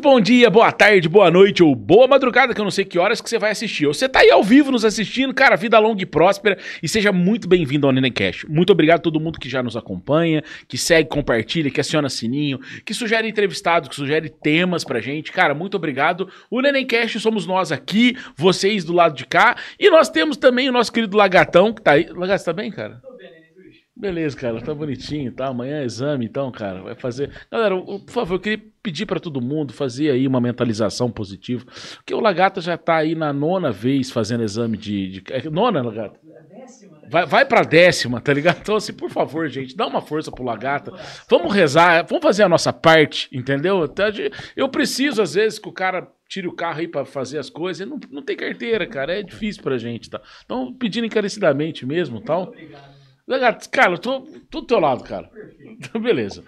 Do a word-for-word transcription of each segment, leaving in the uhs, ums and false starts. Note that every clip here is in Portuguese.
bom dia, boa tarde, boa noite ou boa madrugada, que eu não sei que horas que você vai assistir. Ou você tá aí ao vivo nos assistindo, cara, vida longa e próspera, e seja muito bem-vindo ao Nenemcast. Muito obrigado a todo mundo que já nos acompanha, que segue, compartilha, que aciona sininho, que sugere entrevistados, que sugere temas pra gente. Cara, muito obrigado. O Nenemcast somos nós aqui, vocês do lado de cá, e nós temos também o nosso querido Lagatão, que tá aí. Lagatão, você tá bem, cara? Tô bem, né? Beleza, cara, tá bonitinho, tá? Amanhã é exame, então, cara, vai fazer... Galera, por favor, eu queria pedir pra todo mundo fazer aí uma mentalização positiva, porque o Lagata já tá aí na nona vez fazendo exame de... de... É nona, Lagata? Décima. Vai, vai pra décima, tá ligado? Então, assim, por favor, gente, dá uma força pro Lagata, vamos rezar, vamos fazer a nossa parte, entendeu? Eu preciso, às vezes, que o cara... tire o carro aí pra fazer as coisas, não, não tem carteira, cara, é difícil pra gente, tá? Então, pedindo encarecidamente mesmo, tal. Obrigado. Cara, eu tô, tô do teu lado, cara. Perfeito. Beleza.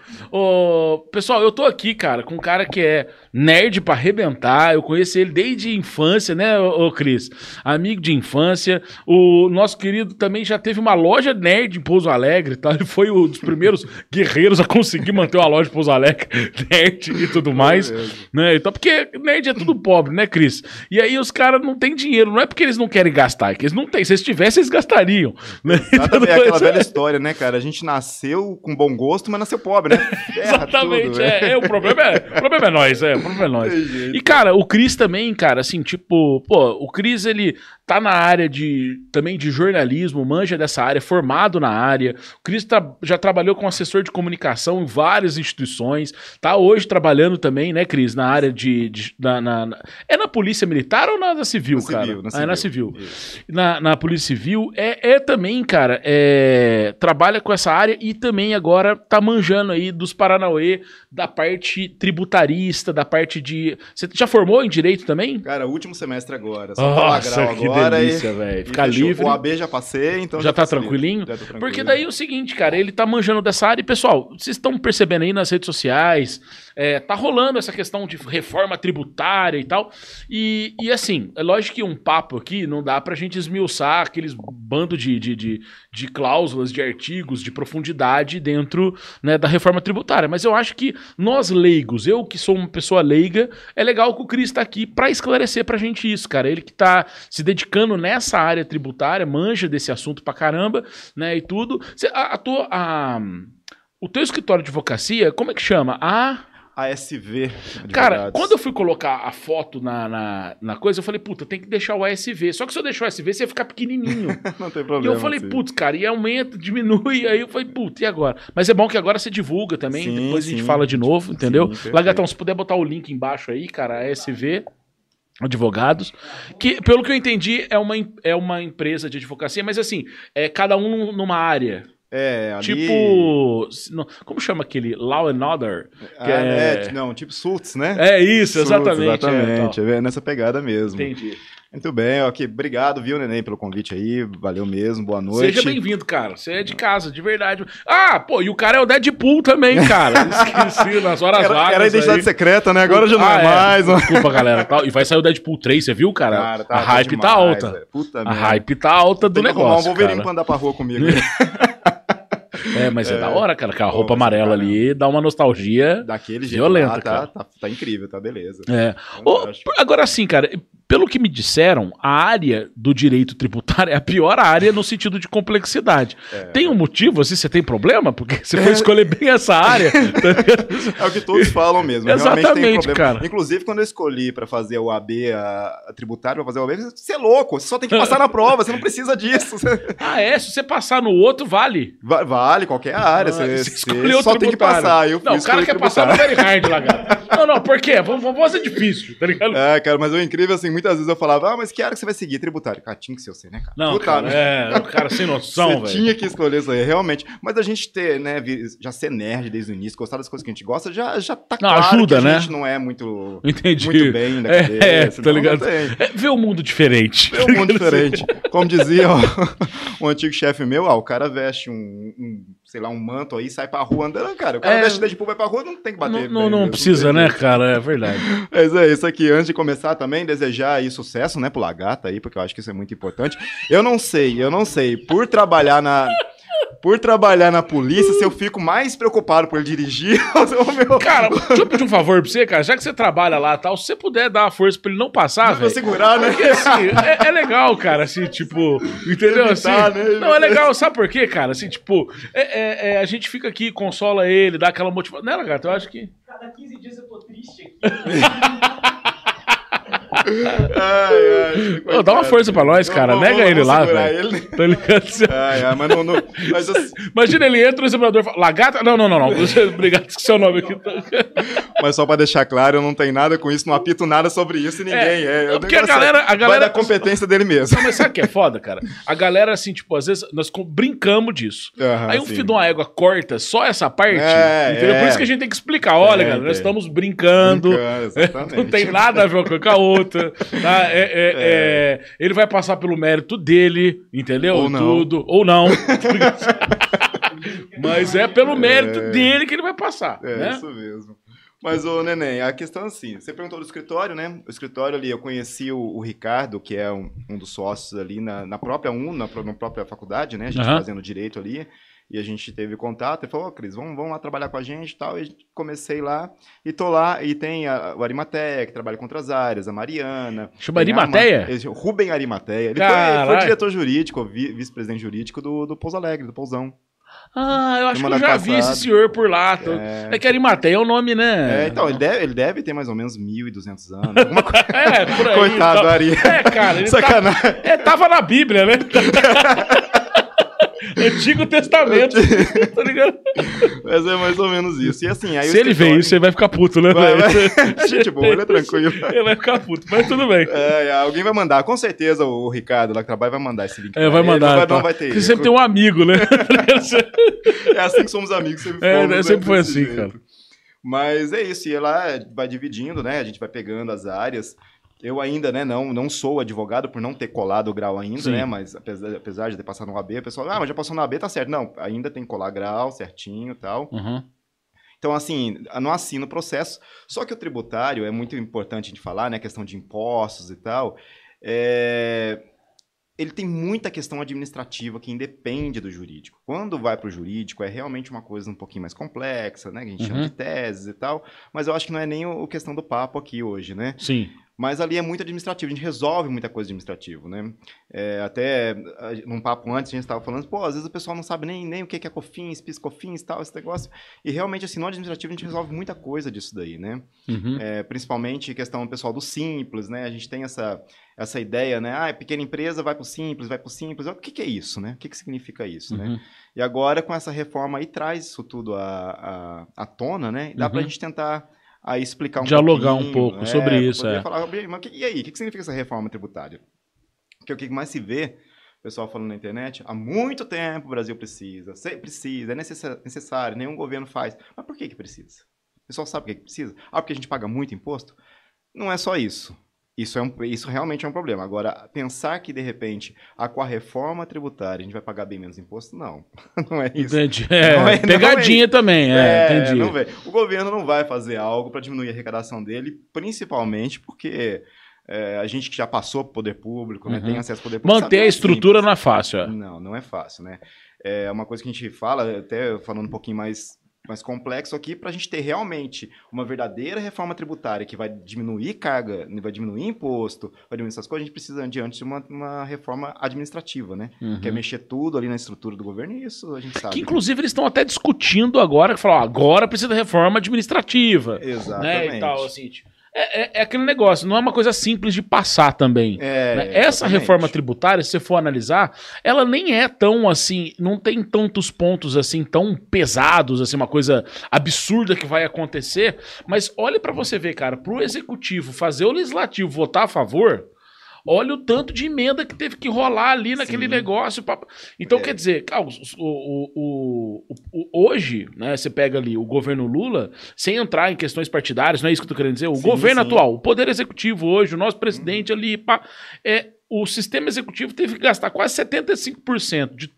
Ô, pessoal, eu tô aqui, cara, com um cara que é nerd pra arrebentar. Eu conheço ele desde a infância, né, ô, ô Cris? Amigo de infância. O nosso querido também já teve uma loja nerd em Pouso Alegre, tá? Ele foi um dos primeiros guerreiros a conseguir manter uma loja em Pouso Alegre, nerd e tudo mais. É né? Então, porque nerd é tudo pobre, né, Cris? E aí os caras não têm dinheiro. Não é porque eles não querem gastar, é que eles não têm. Se eles tivessem, eles gastariam. Né? Exatamente, é aquela velha história, né, cara? A gente nasceu com bom gosto, mas nasceu pobre, né? Exatamente, tudo, é, é, o problema é, o problema é nós, é, o problema é nós. E, cara, o Cris também, cara, assim, tipo, pô, o Cris, ele tá na área de, também de jornalismo, manja dessa área, formado na área. O Cris tá, já trabalhou como assessor de comunicação em várias instituições, tá hoje trabalhando também, né, Cris, na área de, de na, na, na, é na Polícia Militar ou na, na Civil, na cara? Civil, na ah, civil. É na Civil. Na, na Polícia Civil, é, é também, cara, é, trabalha com essa área e também agora tá manjando aí dos Paranauê, da parte tributarista, da parte de... Você já formou em Direito também? Cara, último semestre agora, só Nossa, grau que agora delícia, e... velho. Ficar livre. O A B já passei, então... Já, já tá tranquilinho? Já tô tranquilo. Porque daí é o seguinte, cara, ele tá manjando dessa área e, pessoal, vocês estão percebendo aí nas redes sociais, é, tá rolando essa questão de reforma tributária e tal, e, e assim, é lógico que um papo aqui não dá pra gente esmiuçar aqueles bando de, de, de, de cláusulas, de artigos, de profundidade dentro, né, da reforma tributária, mas eu acho que nós leigos, eu que sou uma pessoa leiga, é legal que o Cris tá aqui pra esclarecer pra gente isso, cara, ele que tá se dedicando nessa área tributária, manja desse assunto pra caramba, né, e tudo. Cê, a, a tua, a, o teu escritório de advocacia, como é que chama? A... A S V. Cara, quando eu fui colocar a foto na, na, na coisa, eu falei, puta, tem que deixar o A S V. Só que se eu deixar o A S V, você ia ficar pequenininho. Não tem problema. E eu falei, putz, cara, e aumenta, diminui. Aí eu falei, putz, e agora? Mas é bom que agora você divulga também, sim, depois sim, a gente fala de novo, entendeu? Sim, Lagatão, se puder botar o link embaixo aí, cara, A S V... Advogados, que pelo que eu entendi é uma, é uma empresa de advocacia, mas assim, é cada um numa área. É, ali... Tipo, como chama aquele Law and Order? Que ah, é... é... Não, tipo Suits, né? É isso, Suits, exatamente. Exatamente, é, é nessa pegada mesmo. Entendi. Muito bem, ok. Obrigado, viu, Neném, pelo convite aí. Valeu mesmo, boa noite. Seja bem-vindo, cara. Você é de casa, de verdade. Ah, pô, e o cara é o Deadpool também, cara. Esqueci nas horas era, vagas. Era a identidade aí. Secreta, né? Agora já não ah, é mais. É. Desculpa, galera. E vai sair o Deadpool três, você viu, cara? cara tá, a hype tá, demais, tá alta. Puta a mesmo. hype tá alta do Tem negócio. Tem que arrumar um Wolverine pra andar pra rua comigo. É, mas é, é da hora, cara, que a roupa amarela ali dá uma nostalgia daquele jeito violenta, lá, cara. Tá, tá, tá incrível, tá beleza. É. Oh, agora sim, cara, pelo que me disseram, a área do direito tributário é a pior área no sentido de complexidade. É. Tem um motivo, assim, você tem problema? Porque você foi escolher bem essa área. É o que todos falam mesmo. Exatamente, realmente tem problema. cara. Inclusive, quando eu escolhi pra fazer o A B, a, a tributária, pra fazer o A B, você é louco, você só tem que passar na prova, você não precisa disso. Ah, é? Se você passar no outro, vale? Va vale, qualquer área. Ah, você, você escolheu só tem que passar. Eu não, o cara quer passar no very hard lá, cara. Não, não, por quê? Vamos fazer difícil, tá ligado? É, cara, mas o incrível, assim, muitas vezes eu falava, ah, mas que área que você vai seguir? Tributário. Cara, tinha que ser você, né, cara? Não, Puta, cara, né? é, o cara sem noção, velho. Você tinha que escolher isso aí, realmente. Mas a gente ter, né, já ser nerd desde o início, gostar das coisas que a gente gosta, já, já tá não, claro ajuda, que né? a gente não é muito, Entendi. muito bem da cabeça. É, tá ligado? É, ver o mundo diferente. Ver o mundo diferente. Como dizia ó, um antigo chefe meu, ah, o cara veste um, um, sei lá, um manto aí, sai pra rua andando, cara. O cara é, veste Deadpool, vai pra rua, não tem que bater. Não, não, não precisa, né, cara? É verdade. Mas é isso aqui. Antes de começar também, desejar aí sucesso, né, pro Lagata aí, porque eu acho que isso é muito importante. Eu não sei, eu não sei. Por trabalhar na... Por trabalhar na polícia, se eu fico mais preocupado por ele dirigir... o meu... Cara, deixa eu pedir um favor pra você, cara. Já que você trabalha lá e tal, se você puder dar uma força pra ele não passar, velho. segurar, né? Porque, assim, é, é legal, cara, assim, tipo... Entendeu? Evitar, assim, né? Não, é legal, sabe por quê, cara? Assim, tipo, é, é, é, a gente fica aqui, consola ele, dá aquela motivação. Né, Lagarto? Eu acho que... Cada quinze dias eu tô triste aqui. Ai, ai, Ô, dá uma força pra nós, cara. Não, Nega vamos, ele vamos lá, segurar velho. ele. Tá ligado? Ai, ai, mas não... não mas assim, Imagina, ele entra no simulador e fala, Lagarta? Não, não, não, não. Obrigado, esqueci o nome aqui. mas só pra deixar claro, eu não tenho nada com isso, não apito nada sobre isso e ninguém. É, é, porque a galera, a galera... Vai da competência dele mesmo. Não, mas sabe o que é foda, cara? A galera, assim, tipo, às vezes nós brincamos disso. Uhum, Aí um sim. filho de uma égua corta só essa parte, É, entendeu? é. Por isso que a gente tem que explicar. Olha, É, galera, nós é. estamos brincando. Brincando, exatamente. Não tem nada a ver uma coisa com a outra. Tá? É, é, é. Ele vai passar pelo mérito dele, entendeu? Ou não. Tudo. Ou não. Mas é pelo mérito É. dele que ele vai passar. É, né? isso mesmo. Mas, ô, Neném, a questão é assim, você perguntou do escritório, né? O escritório ali, eu conheci o, o Ricardo, que é um, um dos sócios ali na, na própria U N, na, pró- na própria faculdade, né? A gente Aham. fazendo direito ali. E a gente teve contato e falou, ô, Cris, vamos, vamos lá trabalhar com a gente e tal. E a gente- comecei lá e tô lá. E tem a, o Arimateia, que trabalha com outras áreas, a Mariana. Chama tem a Arimateia? Ma- esse- o Rubem Arimateia. Ele foi, Caralho. foi diretor jurídico, vi- vice-presidente jurídico do, do Pouso Alegre, do Pousão. Ah, eu acho que eu Semana já vi passada. esse senhor por lá. Tô- É. É que Arimateia é o nome, né? É, então, ele deve, ele deve ter mais ou menos mil e duzentos anos. Alguma coisa. É, por aí. Coitado do tá- Ari. É, cara, ele tá, Sacanagem. é, tava na Bíblia, né? Antigo Testamento. Tá ligado? Mas é mais ou menos isso. E assim, aí o Se ele vê escritório- isso, ele vai ficar puto, né, Vai, velho? vai. Gente boa, ele é tranquilo. Ele vai ficar puto, mas tudo bem. É, alguém vai mandar, com certeza o Ricardo lá que trabalha vai mandar esse link. É, pra vai ele, mandar. Não vai, tá. não vai ter Porque erro. sempre tem um amigo, né? É assim que somos amigos, sempre É, fomos, né, né, sempre foi desse assim, jeito. cara. Mas é isso, e lá vai dividindo, né? A gente vai pegando as áreas. Eu ainda, né, não, não sou advogado por não ter colado o grau ainda, Sim. né? Mas apesar, apesar de ter passado no A B, o pessoal, ah, mas já passou no A B, tá certo. Não, ainda tem que colar grau certinho e tal. Uhum. Então, assim, não assina o processo. Só que o tributário, é muito importante a gente falar, né? A questão de impostos e tal. É... Ele tem muita questão administrativa que independe do jurídico. Quando vai para o jurídico, é realmente uma coisa um pouquinho mais complexa, né? Que a gente Uhum. chama de teses e tal. Mas eu acho que não é nem o, o questão do papo aqui hoje, né? Sim. Mas ali é muito administrativo, a gente resolve muita coisa administrativa, né? É, até a- num papo antes a gente estava falando, pô, às vezes o pessoal não sabe nem, nem o que que é COFINS, PIS/COFINS e tal, esse negócio. E realmente, assim, no administrativo a gente resolve muita coisa disso daí, né? Uhum. É, principalmente questão pessoal do Simples, né? A gente tem essa, essa ideia, né? Ah, pequena empresa vai pro Simples, vai pro Simples. O que que é isso, né? O que que significa isso, né? Uhum. E agora, com essa reforma aí, traz isso tudo à, à, à tona, né? E dá Uhum. pra gente tentar aí explicar um Dialogar um pouquinho, pouco sobre pra isso, poder é. falar, mas que- e aí, o que que significa essa reforma tributária? Porque o que mais se vê, o pessoal falando na internet, há muito tempo o Brasil precisa, se- precisa, é necessa- necessário, nenhum governo faz. Mas por que que precisa? O pessoal sabe por que que precisa? Ah, porque a gente paga muito imposto? Não é só isso. Isso, é um, isso realmente é um problema. Agora, pensar que, de repente, a, com a reforma tributária a gente vai pagar bem menos imposto, não. Não é isso. Entendi. É, Não é- não pegadinha é- também, é, É, entendi. não vê. O governo não vai fazer algo para diminuir a arrecadação dele, principalmente porque é, a gente que já passou para poder público, né, Uhum. tem acesso ao poder público. Manter sabe, a não é estrutura simples. não é fácil, é. Não, não é fácil, né? É uma coisa que a gente fala, até falando um pouquinho mais, mais complexo aqui, para a gente ter realmente uma verdadeira reforma tributária que vai diminuir carga, vai diminuir imposto, vai diminuir essas coisas, a gente precisa, diante de uma, uma reforma administrativa, né? Uhum. Que é mexer tudo ali na estrutura do governo, e isso a gente sabe. Que inclusive eles estão até discutindo agora, que falam, ó, agora precisa de reforma administrativa. Exatamente. Né, e tal, assim, tipo, é, é- é aquele negócio, não é uma coisa simples de passar também. É, né? Essa exatamente. reforma tributária, se você for analisar, ela nem é tão assim, não tem tantos pontos assim tão pesados, assim, uma coisa absurda que vai acontecer, mas olha pra você ver, cara, pro executivo fazer o legislativo votar a favor, olha o tanto de emenda que teve que rolar ali naquele Sim. negócio. Pra... Então, É. quer dizer, cara, o, o- o- o- o- hoje, né, você pega ali o governo Lula, sem entrar em questões partidárias, não é isso que eu tô querendo dizer, o Sim, governo sim. atual, o poder executivo hoje, o nosso presidente ali, pá, é, o sistema executivo teve que gastar quase setenta e cinco por cento de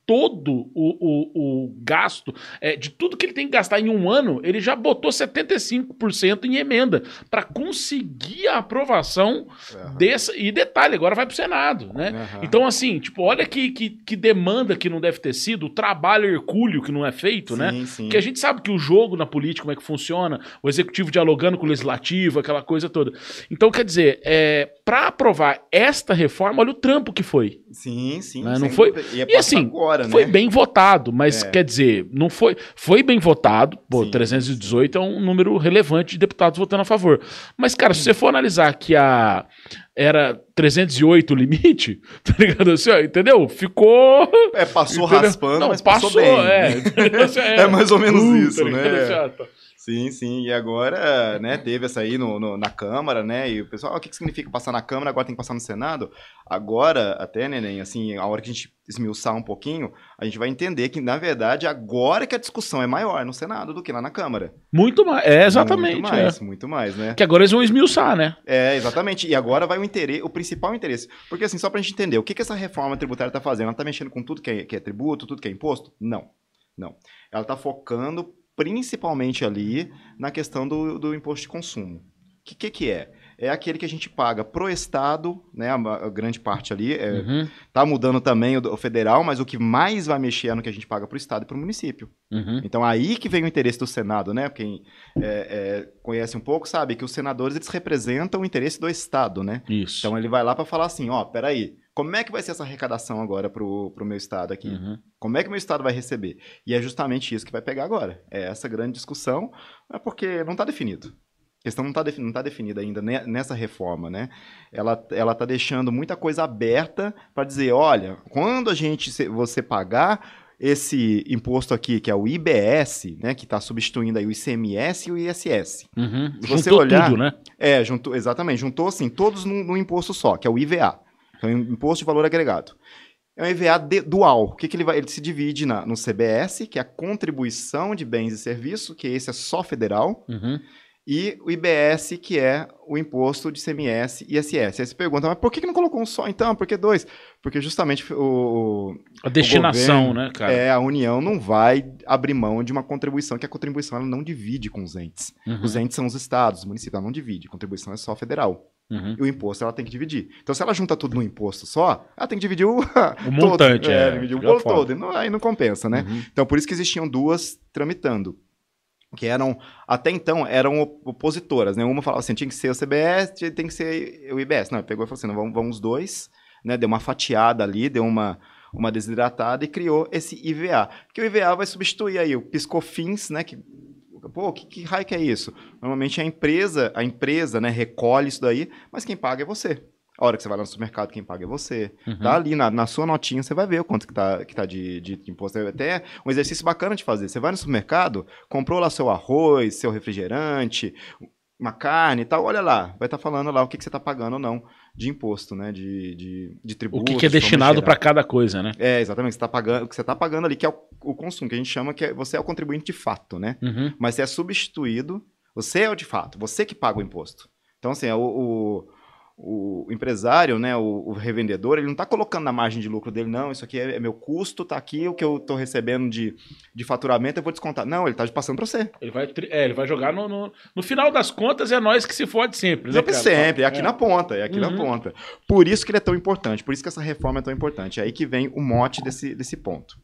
todo o, o, o gasto, é, de tudo que ele tem que gastar em um ano, ele já botou setenta e cinco por cento em emenda para conseguir a aprovação uhum. dessa. E detalhe, agora vai pro Senado, né? Uhum. Então, assim, tipo, olha que, que, que demanda que não deve ter sido, o trabalho hercúleo que não é feito, sim, né? Sim. Porque a gente sabe que o jogo na política, como é que funciona, o executivo dialogando com o legislativo, aquela coisa toda. Então, quer dizer, é, para aprovar esta reforma, olha o trampo que foi. Sim, sim. Né? Não foi. E, e assim, agora, foi né? bem votado, mas é. quer dizer, não foi, foi bem votado. Pô, sim, trezentos e dezoito sim. é um número relevante de deputados votando a favor. Mas, cara, se você for analisar que a era trezentos e oito o limite, tá ligado? Assim, ó, entendeu? Ficou. É, passou entendeu? raspando, não, mas passou, passou bem. É, assim, é, é mais ou menos uh, isso, tá né? Assim, ó, tá. Sim, sim, e agora, né, teve essa aí no, no, na Câmara, né, e o pessoal, ah, o que, que significa passar na Câmara, agora tem que passar no Senado? Agora, até, Neném, assim, a hora que a gente esmiuçar um pouquinho, a gente vai entender que, na verdade, agora que a discussão é maior no Senado do que lá na Câmara. Muito mais, é, exatamente. Muito mais, é. muito mais, né. Que agora eles vão esmiuçar, né. É, exatamente, e agora vai o interesse, o principal interesse, porque assim, só pra gente entender, o que, que essa reforma tributária tá fazendo? Ela tá mexendo com tudo que é, que é tributo, tudo que é imposto? Não, não. Ela tá focando principalmente ali na questão do, do imposto de consumo. O que, que que é? É aquele que a gente paga pro Estado, né, a, a grande parte ali, é, uhum. tá mudando também o, o federal, mas o que mais vai mexer é no que a gente paga pro Estado e pro município. Uhum. Então aí que vem o interesse do Senado, né, quem é, é, conhece um pouco sabe que os senadores eles representam o interesse do Estado, né? Isso. Então ele vai lá para falar assim, ó, peraí, como é que vai ser essa arrecadação agora pro, pro meu Estado aqui? Uhum. Como é que o meu Estado vai receber? E é justamente isso que vai pegar agora. É essa grande discussão, é porque não está definido. A questão não está defini- tá definida ainda nessa reforma, né? Ela está deixando muita coisa aberta para dizer, olha, quando a gente, você pagar esse imposto aqui, que é o I B S, né, que está substituindo aí o I C M S e o I S S. Uhum. Se você juntou olhar, tudo, né? É, juntou, exatamente, juntou assim, todos num, num imposto só, que é o I V A. É um imposto de valor agregado. É um I V A de, dual. O que, que ele vai? Ele se divide na, no C B S, que é a contribuição de bens e serviços, que esse é só federal, uhum. e o I B S, que é o imposto de I C M S e I S S. Aí você pergunta, mas por que, que não colocou um só então? Por que dois? Porque justamente o... A destinação, o governo, né, cara? É, a União não vai abrir mão de uma contribuição, que a contribuição ela não divide com os entes. Uhum. Os entes são os estados, os municípios, ela não divide. A contribuição é só federal. Uhum. E o imposto ela tem que dividir. Então, se ela junta tudo no imposto só, ela tem que dividir o, o montante. É, é, dividir o bolo todo. E não, aí não compensa, né? Uhum. Então, por isso que existiam duas tramitando. Que eram, até então, eram opositoras, né? Uma falava assim, tinha que ser o C B S, tem que ser o I B S. Não, pegou e falou assim, não, vamos, vamos os dois, né? Deu uma fatiada ali, deu uma, uma desidratada e criou esse I V A. Que o I V A vai substituir aí o PiscoFins, né? Que, pô, que, que raio que é isso? Normalmente a empresa, a empresa, né, recolhe isso daí, mas quem paga é você. A hora que você vai lá no supermercado, quem paga é você. Uhum. Tá ali na, na sua notinha, você vai ver o quanto que tá, que tá de, de, de imposto. É até um exercício bacana de fazer. Você vai no supermercado, comprou lá seu arroz, seu refrigerante, uma carne e tal, olha lá, vai estar tá falando lá o que, que você está pagando ou não de imposto, né, de, de, de tributo. O que, que é destinado para cada coisa, né? É, exatamente, você tá pagando, o que você está pagando ali, que é o, o consumo, que a gente chama que é, você é o contribuinte de fato, né? Uhum. Mas você é substituído, você é o de fato, você que paga o imposto. Então, assim, é o... o O empresário, né, o, o revendedor, ele não está colocando na margem de lucro dele, não, isso aqui é, é meu custo, está aqui, o que eu estou recebendo de, de faturamento, eu vou descontar. Não, ele está passando para você. Ele vai, é, ele vai jogar no, no... No final das contas, é nós que se fode sempre. Sempre, né, sempre. É aqui é. na ponta, é aqui uhum. na ponta. Por isso que ele é tão importante, por isso que essa reforma é tão importante. É aí que vem o mote desse, desse ponto.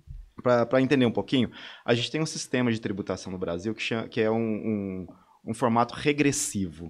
Para entender um pouquinho, a gente tem um sistema de tributação no Brasil que, chama, que é um, um, um formato regressivo.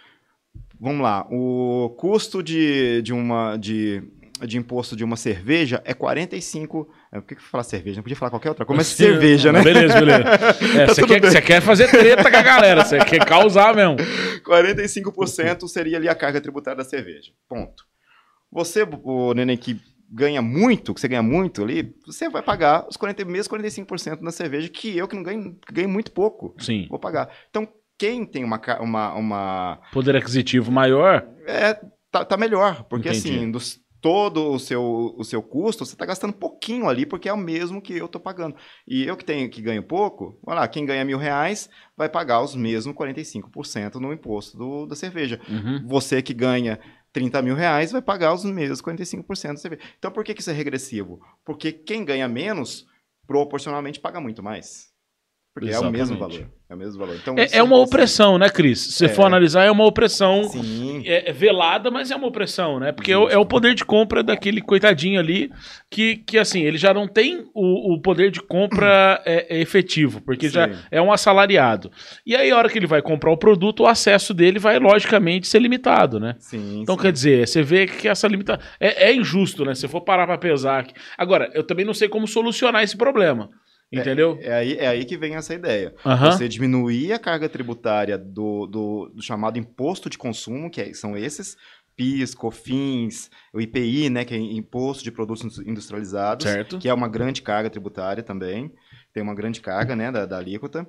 Vamos lá, o custo de, de, uma, de, de imposto de uma cerveja é quarenta e cinco... Por que que eu falar cerveja? Não podia falar qualquer outra coisa, mas Sim, cerveja, né? Beleza, beleza. É, você, quer, você quer fazer treta com a galera, você quer causar mesmo. quarenta e cinco por cento seria ali a carga tributária da cerveja, ponto. Você, o Neném, que ganha muito, que você ganha muito ali, você vai pagar os quarenta, mesmo quarenta e cinco por cento na cerveja, que eu que não ganho, ganho muito pouco, Sim. vou pagar. Então, quem tem uma, uma, uma... poder aquisitivo maior... É, tá, tá melhor, porque Entendi. assim, dos, todo o seu, o seu custo, você tá gastando pouquinho ali, porque é o mesmo que eu tô pagando. E eu que tenho que ganho pouco, olha lá, quem ganha mil reais vai pagar os mesmos quarenta e cinco por cento no imposto do, da cerveja. Uhum. Você que ganha trinta mil reais vai pagar os mesmos quarenta e cinco por cento do C V. Então, por que, que isso é regressivo? Porque quem ganha menos, proporcionalmente, paga muito mais. Porque Exatamente. é o mesmo valor. É o mesmo valor. Então, é, é uma é opressão, né, Cris? Se você é. for analisar, é uma opressão é, é velada, mas é uma opressão, né? Porque é o, é o poder de compra daquele coitadinho ali que, que assim, ele já não tem o, o poder de compra é, é efetivo, porque Sim. já é um assalariado. E aí, a hora que ele vai comprar o produto, o acesso dele vai, logicamente, ser limitado, né? Sim, então, sim. quer dizer, você vê que essa limitação... É, é injusto, né? Se for parar pra pesar aqui. Agora, eu também não sei como solucionar esse problema. Entendeu? É, é, aí, é aí que vem essa ideia. Uhum. Você diminuir a carga tributária do, do, do chamado imposto de consumo, que é, são esses, PIS, COFINS, o I P I, né, que é Imposto de Produtos Industrializados, certo. que é uma grande carga tributária também, tem uma grande carga, né, da, da alíquota.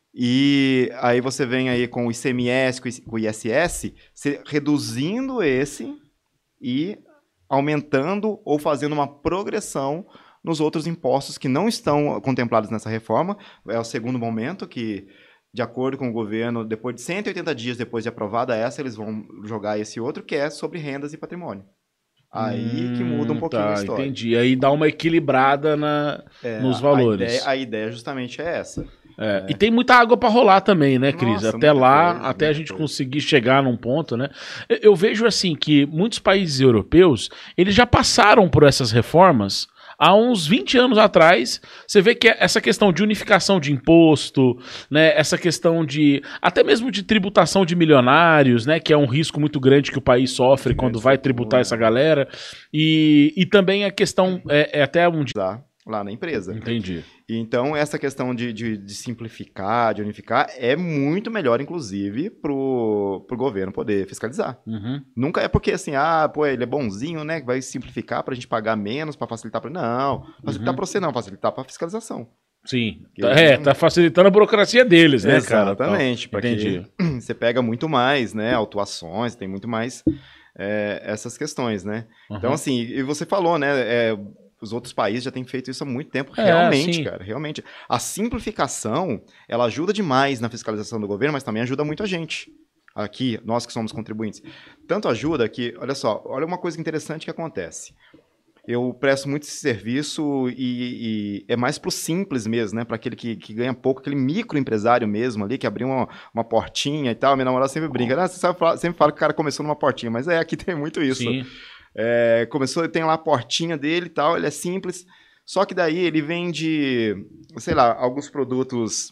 E aí você vem aí com o I C M S, com o I S S, você, reduzindo esse e aumentando ou fazendo uma progressão nos outros impostos que não estão contemplados nessa reforma. É o segundo momento que, de acordo com o governo, depois de cento e oitenta dias depois de aprovada essa, eles vão jogar esse outro, que é sobre rendas e patrimônio. Aí hum, que muda um pouquinho tá, a história. Entendi. Aí dá uma equilibrada na, é, nos valores. A ideia, a ideia justamente é essa. É, é. E tem muita água para rolar também, né, Cris? Nossa, até lá, coisa, até a gente coisa. conseguir chegar num ponto, né? Eu, eu vejo assim que muitos países europeus, eles já passaram por essas reformas. Há uns vinte anos atrás, você vê que essa questão de unificação de imposto, né, essa questão de, até mesmo de tributação de milionários, né, que é um risco muito grande que o país sofre quando vai tributar essa galera, e, e também a questão, é, é até um... Lá, lá na empresa. Entendi. E então, essa questão de, de, de simplificar, de unificar, é muito melhor, inclusive, pro, pro governo poder fiscalizar. Uhum. Nunca é porque, assim, ah, pô, ele é bonzinho, né, vai simplificar pra gente pagar menos, pra facilitar pra... Não, facilitar uhum. pra você não, facilitar pra fiscalização. Sim, que, é, tá facilitando a burocracia deles, né, Exatamente, cara? Exatamente, porque você pega muito mais, né, autuações, tem muito mais é, essas questões, né? Uhum. Então, assim, e você falou, né, é, os outros países já têm feito isso há muito tempo, é, realmente, sim. cara, realmente. A simplificação, ela ajuda demais na fiscalização do governo, mas também ajuda muito a gente, aqui, nós que somos contribuintes. Tanto ajuda que, olha só, olha uma coisa interessante que acontece. Eu presto muito esse serviço e, e é mais pro simples mesmo, né? Para aquele que, que ganha pouco, aquele microempresário mesmo ali, que abriu uma, uma portinha e tal. Minha namorada sempre brinca, ah, você sabe falar, sempre fala que o cara começou numa portinha, mas é, aqui tem muito isso. Sim. É, começou, tem lá a portinha dele e tal, ele é simples, só que daí ele vende, sei lá, alguns produtos,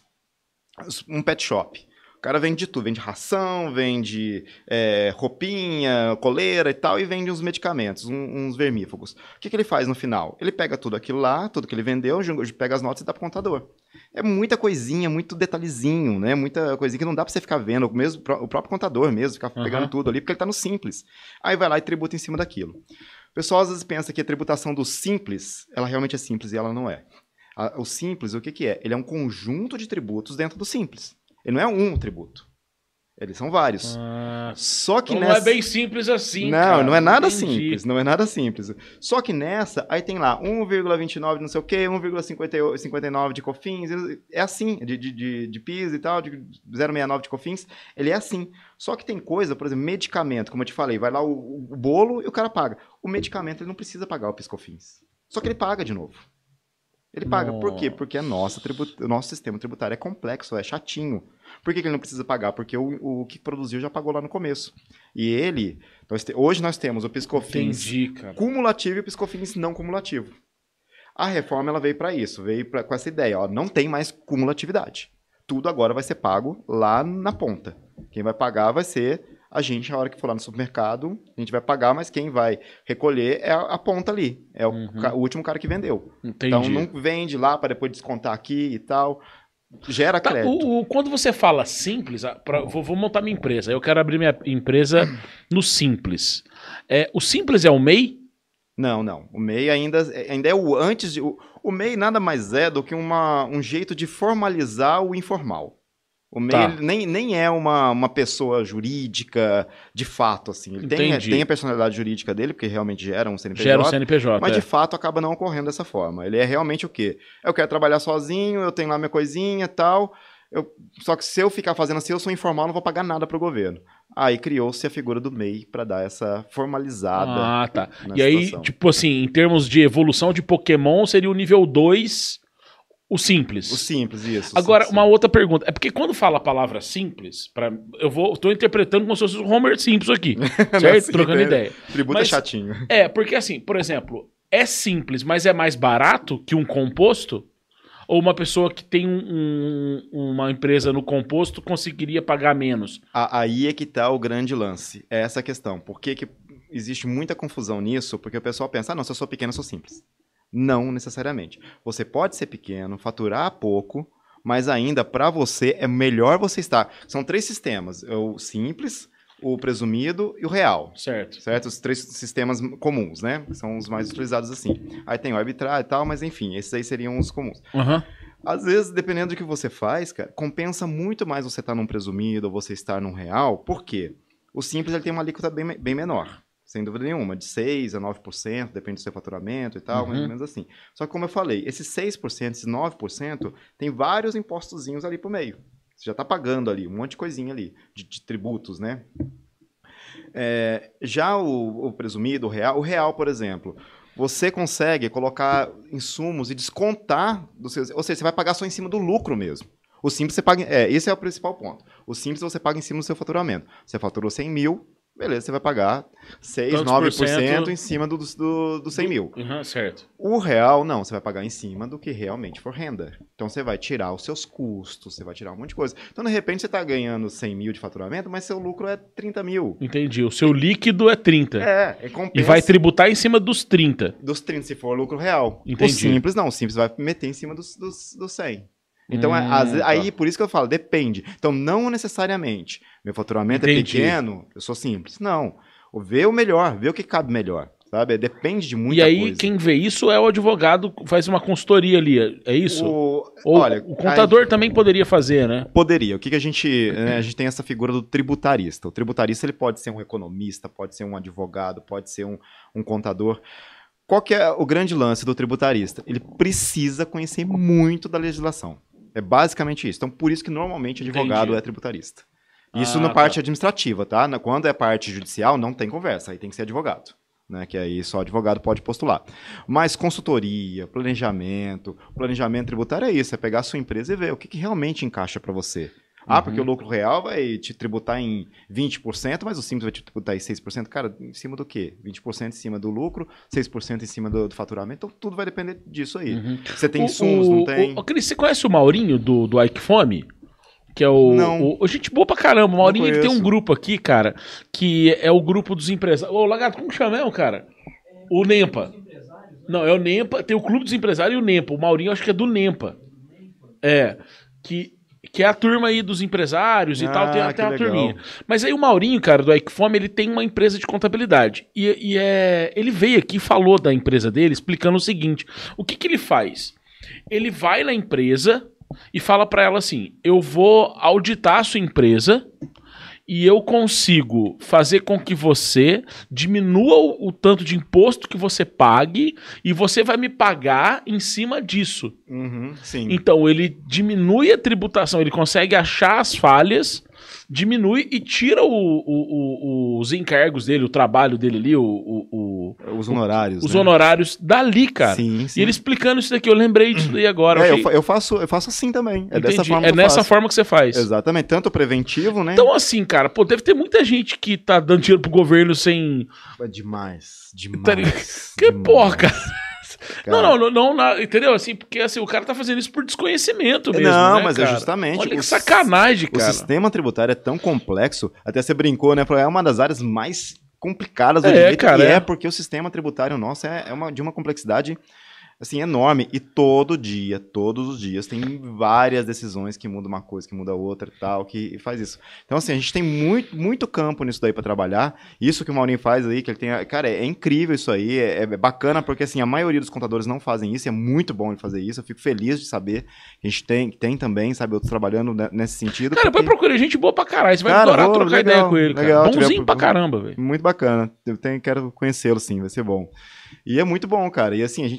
um pet shop. O cara vende de tudo, vende ração, vende é, roupinha, coleira e tal, e vende uns medicamentos, um, uns vermífugos. O que, que ele faz no final? Ele pega tudo aquilo lá, tudo que ele vendeu, pega as notas e dá pro contador. É muita coisinha, muito detalhezinho, né? Muita coisinha que não dá pra você ficar vendo, mesmo, o próprio contador mesmo, ficar uhum. pegando tudo ali, porque ele tá no simples. Aí vai lá e tributa em cima daquilo. O pessoal às vezes pensa que a tributação do simples, ela realmente é simples e ela não é. A, o simples, o que que é? Ele é um conjunto de tributos dentro do simples. Ele não é um tributo. Eles são vários. Ah, Só que então nessa... não é bem simples assim, Não, cara, não é nada entendi. simples. Não é nada simples. Só que nessa, aí tem lá um vírgula vinte e nove não sei o quê, um vírgula cinquenta e nove de COFINS. É assim, de, de, de, de PIS e tal, de zero vírgula sessenta e nove de COFINS. Ele é assim. Só que tem coisa, por exemplo, medicamento, como eu te falei, vai lá o, o bolo e o cara paga. O medicamento ele não precisa pagar o PIS/COFINS. Só que ele paga de novo. Ele paga. Nossa. Por quê? Porque a nossa tribut... o nosso sistema tributário é complexo, é chatinho. Por que, que ele não precisa pagar? Porque o, o que produziu já pagou lá no começo. E ele... Nós te... Hoje nós temos o PIS/COFINS cumulativo e o PIS/COFINS não cumulativo. A reforma ela veio para isso, veio pra... com essa ideia. Ó, não tem mais cumulatividade. Tudo agora vai ser pago lá na ponta. Quem vai pagar vai ser a gente, a hora que for lá no supermercado, a gente vai pagar, mas quem vai recolher é a, a ponta ali. É o, uhum. ca, o último cara que vendeu. Entendi. Então não vende lá para depois descontar aqui e tal. Gera tá, crédito. O, o, quando você fala simples, pra, vou, vou montar minha empresa. Eu quero abrir minha empresa no simples. É, o simples é o M E I? Não, não. O M E I ainda, ainda é o antes de... O, o M E I nada mais é do que uma, um jeito de formalizar o informal. O M E I tá. nem, nem é uma, uma pessoa jurídica de fato, assim. Ele tem, tem a personalidade jurídica dele, porque realmente gera um C N P J. Gera um C N P J, mas é. de fato acaba não ocorrendo dessa forma. Ele é realmente o quê? Eu quero trabalhar sozinho, eu tenho lá minha coisinha e tal... Eu, só que se eu ficar fazendo assim, eu sou informal, não vou pagar nada pro governo. Aí criou-se a figura do M E I para dar essa formalizada. Ah, tá. na E aí, situação. tipo assim, em termos de evolução de Pokémon, seria o nível dois, o simples. O simples, isso. Agora, sim, uma sim. outra pergunta. É porque quando fala a palavra simples, pra, eu vou, tô interpretando como se fosse o Homer Simpson aqui, certo? Sim, Trocando é. ideia. Tributo Mas- é chatinho. É, porque assim, por exemplo, é simples, mas é mais barato que um composto? Ou uma pessoa que tem um- um- uma empresa no composto conseguiria pagar menos? A- Aí é que tá o grande lance. É essa a questão. Por que, que existe muita confusão nisso? Porque o pessoal pensa, ah, não, se eu sou pequeno, eu sou simples. Não necessariamente. Você pode ser pequeno, faturar pouco, mas ainda, para você, é melhor você estar. São três sistemas. O simples, o presumido e o real. Certo. Certo? Os três sistemas comuns, né? Que são os mais utilizados assim. Aí tem o arbitrário e tal, mas enfim, esses aí seriam os comuns. Aham. Às vezes, dependendo do que você faz, cara, compensa muito mais você estar num presumido ou você estar num real. Por quê? O simples ele tem uma alíquota bem, me- bem menor, sem dúvida nenhuma, de seis a nove por cento, depende do seu faturamento e tal, Uhum. mais ou menos assim. Só que, como eu falei, esses seis por cento, esses nove por cento, tem vários impostozinhos ali pro meio. Você já está pagando ali, um monte de coisinha ali, de, de tributos, né? É, já o, o presumido, o real, o real, por exemplo, você consegue colocar insumos e descontar dos seus. Ou seja, você vai pagar só em cima do lucro mesmo. O simples você paga. É, esse é o principal ponto. O simples você paga em cima do seu faturamento. Você faturou cem mil, beleza, você vai pagar seis, Tantos nove por por cento cento em cima do, do, do cem mil. Uhum, certo. O real, não, você vai pagar em cima do que realmente for renda. Então, você vai tirar os seus custos, você vai tirar um monte de coisa. Então, de repente, você está ganhando cem mil de faturamento, mas seu lucro é trinta mil. Entendi. O seu líquido é trinta. É, é compensa E vai tributar em cima dos trinta. dos trinta, se for lucro real. Entendi. O simples, não. O simples vai meter em cima dos, dos, dos cem. Então, é, Hum, às ve- tá. aí, por isso que eu falo, depende. Então, não necessariamente. Meu faturamento Entendi. é pequeno, eu sou simples. Não. Vê o melhor, vê o que cabe melhor. Sabe? Depende de muita E aí, coisa. quem vê isso é o advogado, faz uma consultoria ali, é isso? O, Ou olha, o contador aí- também poderia fazer, né? Poderia. O que, que a gente... né, a gente tem essa figura do tributarista. O tributarista ele pode ser um economista, pode ser um advogado, pode ser um, um contador. Qual que é o grande lance do tributarista? Ele precisa conhecer muito da legislação. É basicamente isso. Então, por isso que normalmente advogado Entendi. é tributarista. Isso Ah, na parte tá. administrativa, tá? Na- Quando é parte judicial, não tem conversa. Aí tem que ser advogado. Né, que aí só advogado pode postular. Mas consultoria, planejamento, planejamento tributário é isso, é pegar a sua empresa e ver o que, que realmente encaixa para você. Ah, Uhum. porque o lucro real vai te tributar em vinte por cento, mas o simples vai te tributar em seis por cento. Cara, em cima do quê? vinte por cento em cima do lucro, seis por cento em cima do, do faturamento, então tudo vai depender disso aí. Uhum. Você tem O- insumos, o- não tem? o- Cris, você conhece o Maurinho do, do Ike Fome? Que é o, Não. o, o gente boa pra caramba. O Maurinho ele tem um conheço. grupo aqui, cara, que é o grupo dos empresários. Ô, Lagarto, como que chama mesmo, cara? O Nempa. Não, é o Nempa. Tem o Clube dos Empresários e o Nempa. O Maurinho acho que é do Nempa. É. Que, que é a turma aí dos empresários e Ah, tal. Tem que até uma legal. turminha. Mas aí o Maurinho, cara, do Ike Fome, ele tem uma empresa de contabilidade. E, e é, ele veio aqui e falou da empresa dele, explicando o seguinte. O que, que ele faz? Ele vai na empresa e fala pra ela assim: eu vou auditar a sua empresa e eu consigo fazer com que você diminua o, o tanto de imposto que você pague e você vai me pagar em cima disso. Uhum, sim. Então ele diminui a tributação, ele consegue achar as falhas, diminui e tira o- o- o- os encargos dele, o trabalho dele ali, o, o- o- Os honorários, os né? honorários dali, cara. Sim, sim. E ele explicando isso daqui, eu lembrei disso daí agora. É, eu eu, achei- fa- eu faço, eu faço assim também. É dessa Entendi. forma É que eu nessa faço. forma que você faz. Exatamente. Tanto preventivo, né? Então, assim, cara, pô, deve ter muita gente que tá dando dinheiro pro governo sem. É demais. Demais. Tá ligado? Que demais. porra, cara. Cara. Não, não, não, não, na- entendeu? Assim, porque assim, o cara tá fazendo isso por desconhecimento mesmo. Não, né, mas é cara? justamente Olha que o- sacanagem, O cara. sistema tributário é tão complexo, até você brincou, né? Falou, é uma das áreas mais complicadas do É, direito, cara, e é. é. porque o sistema tributário nosso é, é uma, de uma complexidade assim, enorme. E todo dia, todos os dias, tem várias decisões que mudam uma coisa, que muda outra e tal, que faz isso. Então, assim, a gente tem muito, muito campo nisso daí para trabalhar. Isso que o Maurinho faz aí, que ele tem. Cara, é incrível isso aí, é, é bacana, porque assim, a maioria dos contadores não fazem isso, e é muito bom ele fazer isso. Eu fico feliz de saber que a gente tem, tem também, sabe, outros trabalhando ne- nesse sentido. Cara, porque- vai procurar gente boa pra caralho. Você vai Cara, adorar vou, trocar legal, ideia com ele, cara. legal, Bonzinho tiver- pra caramba, velho. Muito bacana. Eu tenho, quero conhecê-lo, sim, vai ser bom. E é muito bom, cara. E assim, a gente faz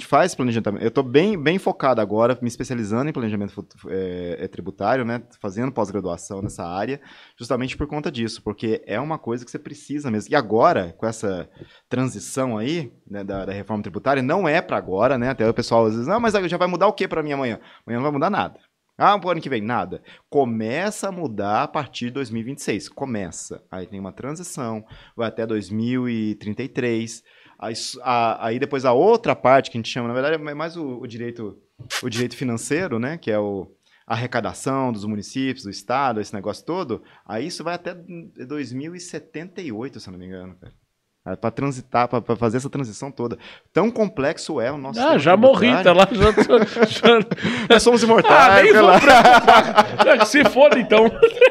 planejamento. Eu tô bem, bem focado agora, me especializando em planejamento é, é, tributário, né? Fazendo pós-graduação nessa área, justamente por conta disso, porque é uma coisa que você precisa mesmo. E agora, com essa transição aí, né, da, da reforma tributária, não é para agora, né? Até o pessoal às vezes, não, mas já vai mudar o que para mim amanhã? Amanhã não vai mudar nada. Ah, pro ano que vem, nada. Começa a mudar a partir de dois mil e vinte e seis. Começa. Aí tem uma transição, vai até dois mil e trinta e três. Aí, a, aí depois a outra parte que a gente chama, na verdade, é mais o, o, direito, o direito financeiro, né? Que é o, a arrecadação dos municípios, do estado, esse negócio todo. Aí isso vai até dois mil e setenta e oito, se eu não me engano, cara. Para transitar, para fazer essa transição toda. Tão complexo é o nosso... Ah, já morri, tá lá. Já, já... Nós somos imortais. Ah, nem vou preocupar. Se foda, então.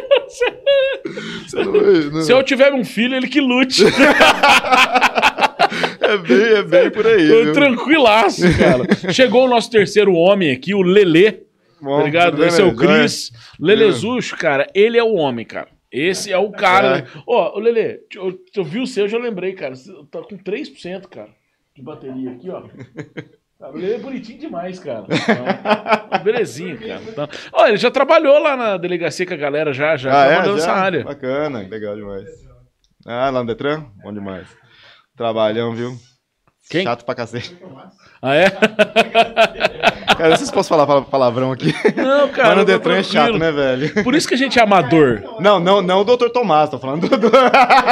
Não, não. Se eu tiver um filho, ele que lute. É bem, é bem por aí. Tô tranquilaço, cara. Chegou o nosso terceiro homem aqui, o Lelê. Bom, tá ligado? Esse é o Cris. Lelezucho, cara, ele é o homem, cara. Esse é o cara. Ó, é. Ô, Lelê, eu, eu vi o seu, eu já lembrei, cara. Você tá com três por cento, cara, de bateria aqui, ó. Cara, o Lelê é bonitinho demais, cara. Então, belezinha, cara. Então, ó, ele já trabalhou lá na delegacia com a galera, já, já. Ah, trabalhou é? nessa Já? área. Bacana, legal demais. Ah, lá no Detran? Bom demais. Trabalhão, viu? Quem? Chato pra cacete. Ah, é? Cara, vocês posso falar palavrão aqui? Não, cara. Mas no Detran é chato, né, velho? Por isso que a gente é amador. Não, não, não o doutor Tomás, tô falando do... do...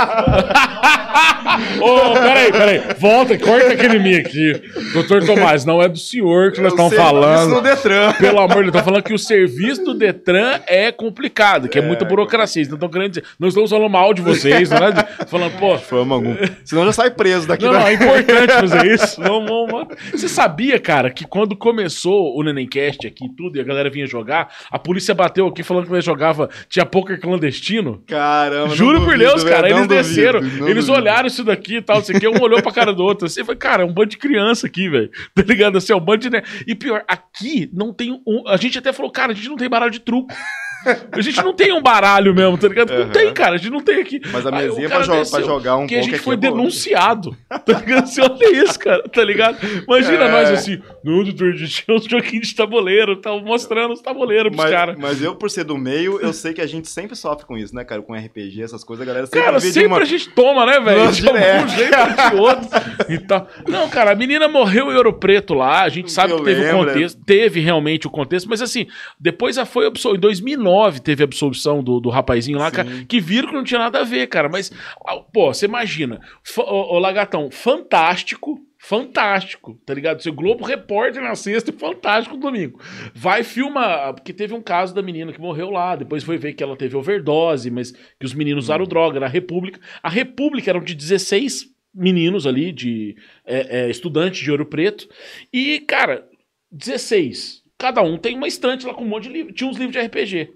Ô, oh, peraí, peraí. Volta, corta aquele mim aqui. doutor Tomás, não é do senhor que nós estamos falando. Isso no Detran. Pelo amor de Deus, estamos falando que o serviço do Detran é complicado, que é, é muita burocracia. Então, estão querendo dizer, não estamos falando mal de vocês, não é? Falando, pô. Fama algum. Senão já sai preso daqui. Não, da... não, é importante fazer isso. Não, não, não. Você sabia, cara, que quando começou o Nenemcast aqui e tudo, e a galera vinha jogar, a polícia bateu aqui falando que nós jogava, tinha poker clandestino? Caramba. Juro por duvido, Deus, cara, velho, eles desceram, duvido, eles duvido. olharam isso daqui e tal, não sei o que, um olhou pra cara do outro assim, e falei, cara, é um bando de criança aqui, velho, tá ligado? Assim, é um bando de... E pior, aqui não tem um... A gente até falou, cara, a gente não tem baralho de truco. A gente não tem um baralho mesmo, tá ligado? Não uhum. tem, cara, a gente não tem aqui. Mas a mesinha pra, jo pra jogar um que a gente foi é denunciado, tá ligado? Você olha isso, cara, tá ligado? Imagina é. nós assim, não, doutor, a gente tinha uns joguinhos de tabuleiro, tava mostrando os tabuleiros pros caras. Mas eu, por ser do meio, eu sei que a gente sempre sofre com isso, né, cara? Com R P G, essas coisas, a galera sempre Cara, sempre uma... a gente toma, né, velho? De algum jeito ou de outro. E tal. Não, cara, a menina morreu em Ouro Preto lá, a gente sabe eu que teve o contexto, teve realmente o contexto, mas assim, depois já foi absolvido. Em dois mil e nove teve a absolvição Do, do rapazinho lá, cara, que viram que não tinha nada a ver, cara. Mas, pô, você imagina, o, o Lagatão, fantástico, fantástico, tá ligado? Seu Globo Repórter na sexta e fantástico no domingo. Vai filmar, porque teve um caso da menina que morreu lá, depois foi ver que ela teve overdose, mas que os meninos usaram droga na República. A República eram de dezesseis meninos ali, de é, é, estudantes de Ouro Preto, e, cara, dezesseis. Cada um tem uma estante lá com um monte de livro. Tinha uns livros de R P G.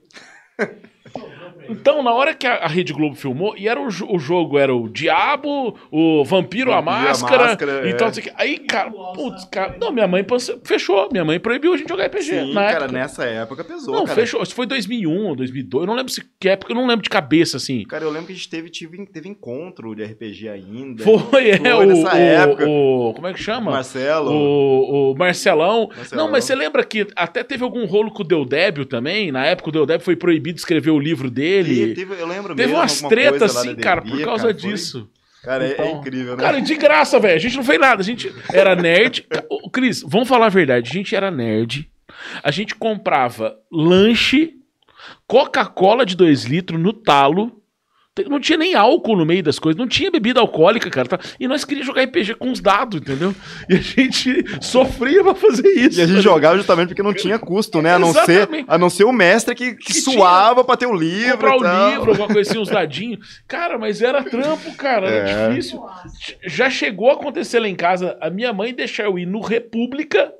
Então, na hora que a, a Rede Globo filmou, e era o, o jogo, era o Diabo, o Vampiro, Vampiro a Máscara, a máscara então, é. assim, aí, cara, putz, cara, não, minha mãe fechou, minha mãe proibiu a gente jogar R P G. Sim, na cara, época. Nessa época pesou, Não, cara. fechou, isso foi dois mil e um, dois mil e dois, eu não lembro se que época, eu não lembro de cabeça, assim. Cara, eu lembro que a gente teve, teve, teve encontro de R P G ainda. Foi, é, foi o, nessa o, época. O, como é que chama? Marcelo. O, o Marcelão. Marcelão. Não, mas você lembra que até teve algum rolo com o Deodébio também? Na época o Deodébio foi proibido de escrever o livro dele. E teve, eu lembro Teve mesmo, umas tretas assim, D B, cara, por causa cara, disso. Foi... Cara, então, é incrível, né? Cara, de graça, velho. A gente não fez nada. A gente era nerd. Ô, Cris, vamos falar a verdade. A gente era nerd. A gente comprava lanche, Coca-Cola de dois litros no talo. Não tinha nem álcool no meio das coisas. Não tinha bebida alcoólica, cara. Tá? E nós queríamos jogar R P G com os dados, entendeu? E a gente sofria pra fazer isso. E a gente jogava justamente porque não tinha custo, né? A não, ser, a não ser o mestre que, que, que suava pra ter o livro. Comprar e o tal. livro, alguma coisa assim, uns dadinhos. Cara, mas era trampo, cara. Era É. difícil. Já chegou a acontecer lá em casa a minha mãe deixar eu ir no República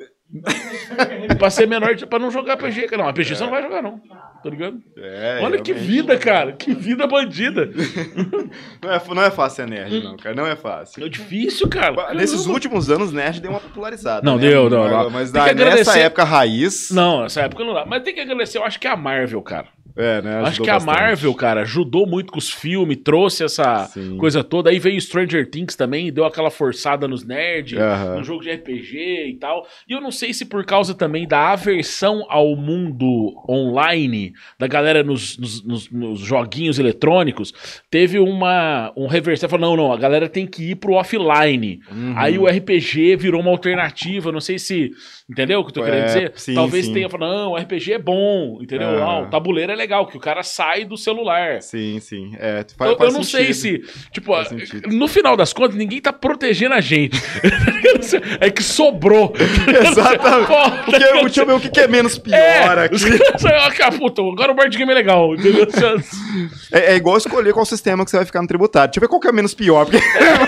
pra ser menor, pra não jogar R P G. Não, R P G é. Você não vai jogar, não. Tá ligado? É, Olha que realmente. vida, cara. Que vida bandida. Não é, não é fácil ser nerd, não, cara. Não é fácil. É difícil, cara. Nesses últimos anos, nerd deu uma popularizada. Não, né? deu, não, não. Mas Tem da, que agradecer- nessa época raiz... Não, nessa época não dá. Mas tem que agradecer, eu acho que é a Marvel, cara. É, né? Acho que a bastante. Marvel, cara, ajudou muito com os filmes, trouxe essa Sim. coisa toda. Aí veio Stranger Things também, deu aquela forçada nos nerds, Aham. no jogo de R P G e tal. E eu não sei se por causa também da aversão ao mundo online, da galera nos, nos, nos- nos joguinhos eletrônicos, teve uma, um reversão. Falou, não, não, a galera tem que ir pro offline. Uhum. Aí o R P G virou uma alternativa, não sei se... Entendeu o que eu tô É, querendo dizer? sim, Talvez sim. tenha falado, não, o R P G é bom, entendeu? Aham. Ah, o tabuleiro é legal, que o cara sai do celular. Sim, sim. É, faz, Eu, faz eu não sei se, sentido. tipo, Faz sentido. no final das contas, ninguém tá protegendo a gente. É que sobrou. Exatamente. Pô, Porque, deixa eu ver o que que é menos pior é, aqui. os caras, ah, puta, agora o board game é legal, entendeu? É, é igual escolher qual sistema que você vai ficar no tributário. Deixa eu ver qual que é menos pior. Porque...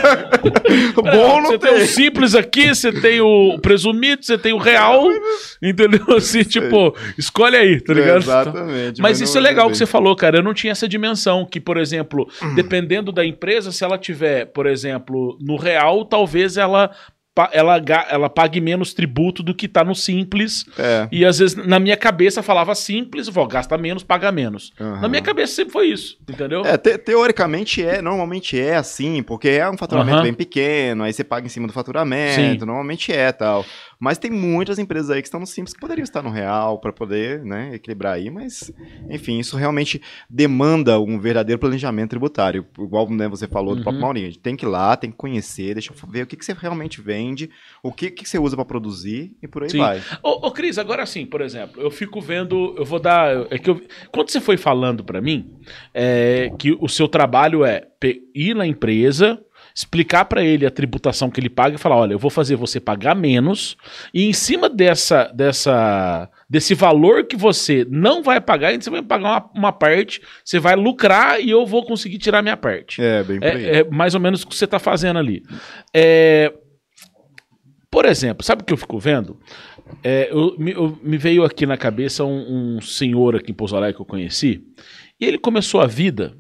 Bom não Você tem. tem o simples aqui, você tem o presumido, você tem o real, entendeu? Assim, tipo, escolhe aí, tá ligado? Exatamente. Mas não isso é vai legal bem. que você falou, cara. Eu não tinha essa dimensão. Que, por exemplo, dependendo da empresa, se ela tiver, por exemplo, no real, talvez ela, pa- ela, ga- ela pague menos tributo do que tá no simples. É. E às vezes, na minha cabeça, falava simples, vou gasta menos, paga menos. Aham. Na minha cabeça sempre foi isso, entendeu? É, te- teoricamente é, normalmente é assim, porque é um faturamento Aham. bem pequeno, aí você paga em cima do faturamento, Sim. normalmente é tal. Mas tem muitas empresas aí que estão no simples que poderiam estar no real para poder, né, equilibrar aí, mas enfim, isso realmente demanda um verdadeiro planejamento tributário, igual, né, você falou do Uhum. próprio Maurinho, a gente tem que ir lá, tem que conhecer, deixa eu ver o que, que você realmente vende, o que, que você usa para produzir e por aí Sim. vai. Ô, ô, Cris, agora sim, por exemplo, eu fico vendo, eu vou dar, é que eu, quando você foi falando pra mim, é, que o seu trabalho é pe- ir na empresa, explicar pra ele a tributação que ele paga e falar, olha, eu vou fazer você pagar menos e em cima dessa, dessa, desse valor que você não vai pagar, você vai pagar uma, uma parte, você vai lucrar e eu vou conseguir tirar minha parte. É, bem por aí. É, é mais ou menos o que você tá fazendo ali. É, por exemplo, sabe o que eu fico vendo? É, eu- me, eu- me veio aqui na cabeça um, um senhor aqui em Pouso Alegre que eu conheci, e ele começou a vida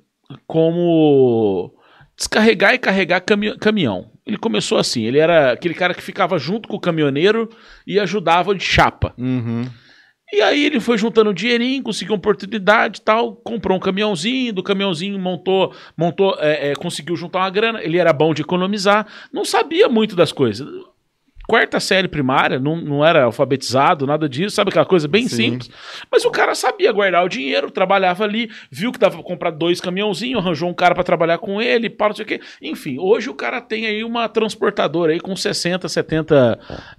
como descarregar e carregar cami- caminhão. Ele começou assim, ele era aquele cara que ficava junto com o caminhoneiro e ajudava de chapa. Uhum. E aí ele foi juntando um dinheirinho, conseguiu uma oportunidade e tal, comprou um caminhãozinho, do caminhãozinho montou, montou é, é, conseguiu juntar uma grana, ele era bom de economizar, não sabia muito das coisas. Quarta série primária, não, não era alfabetizado, nada disso, sabe aquela coisa bem Sim. simples. Mas o cara sabia guardar o dinheiro, trabalhava ali, viu que dava pra comprar dois caminhãozinhos, arranjou um cara pra trabalhar com ele, para não sei o quê. Enfim, hoje o cara tem aí uma transportadora aí com sessenta, setenta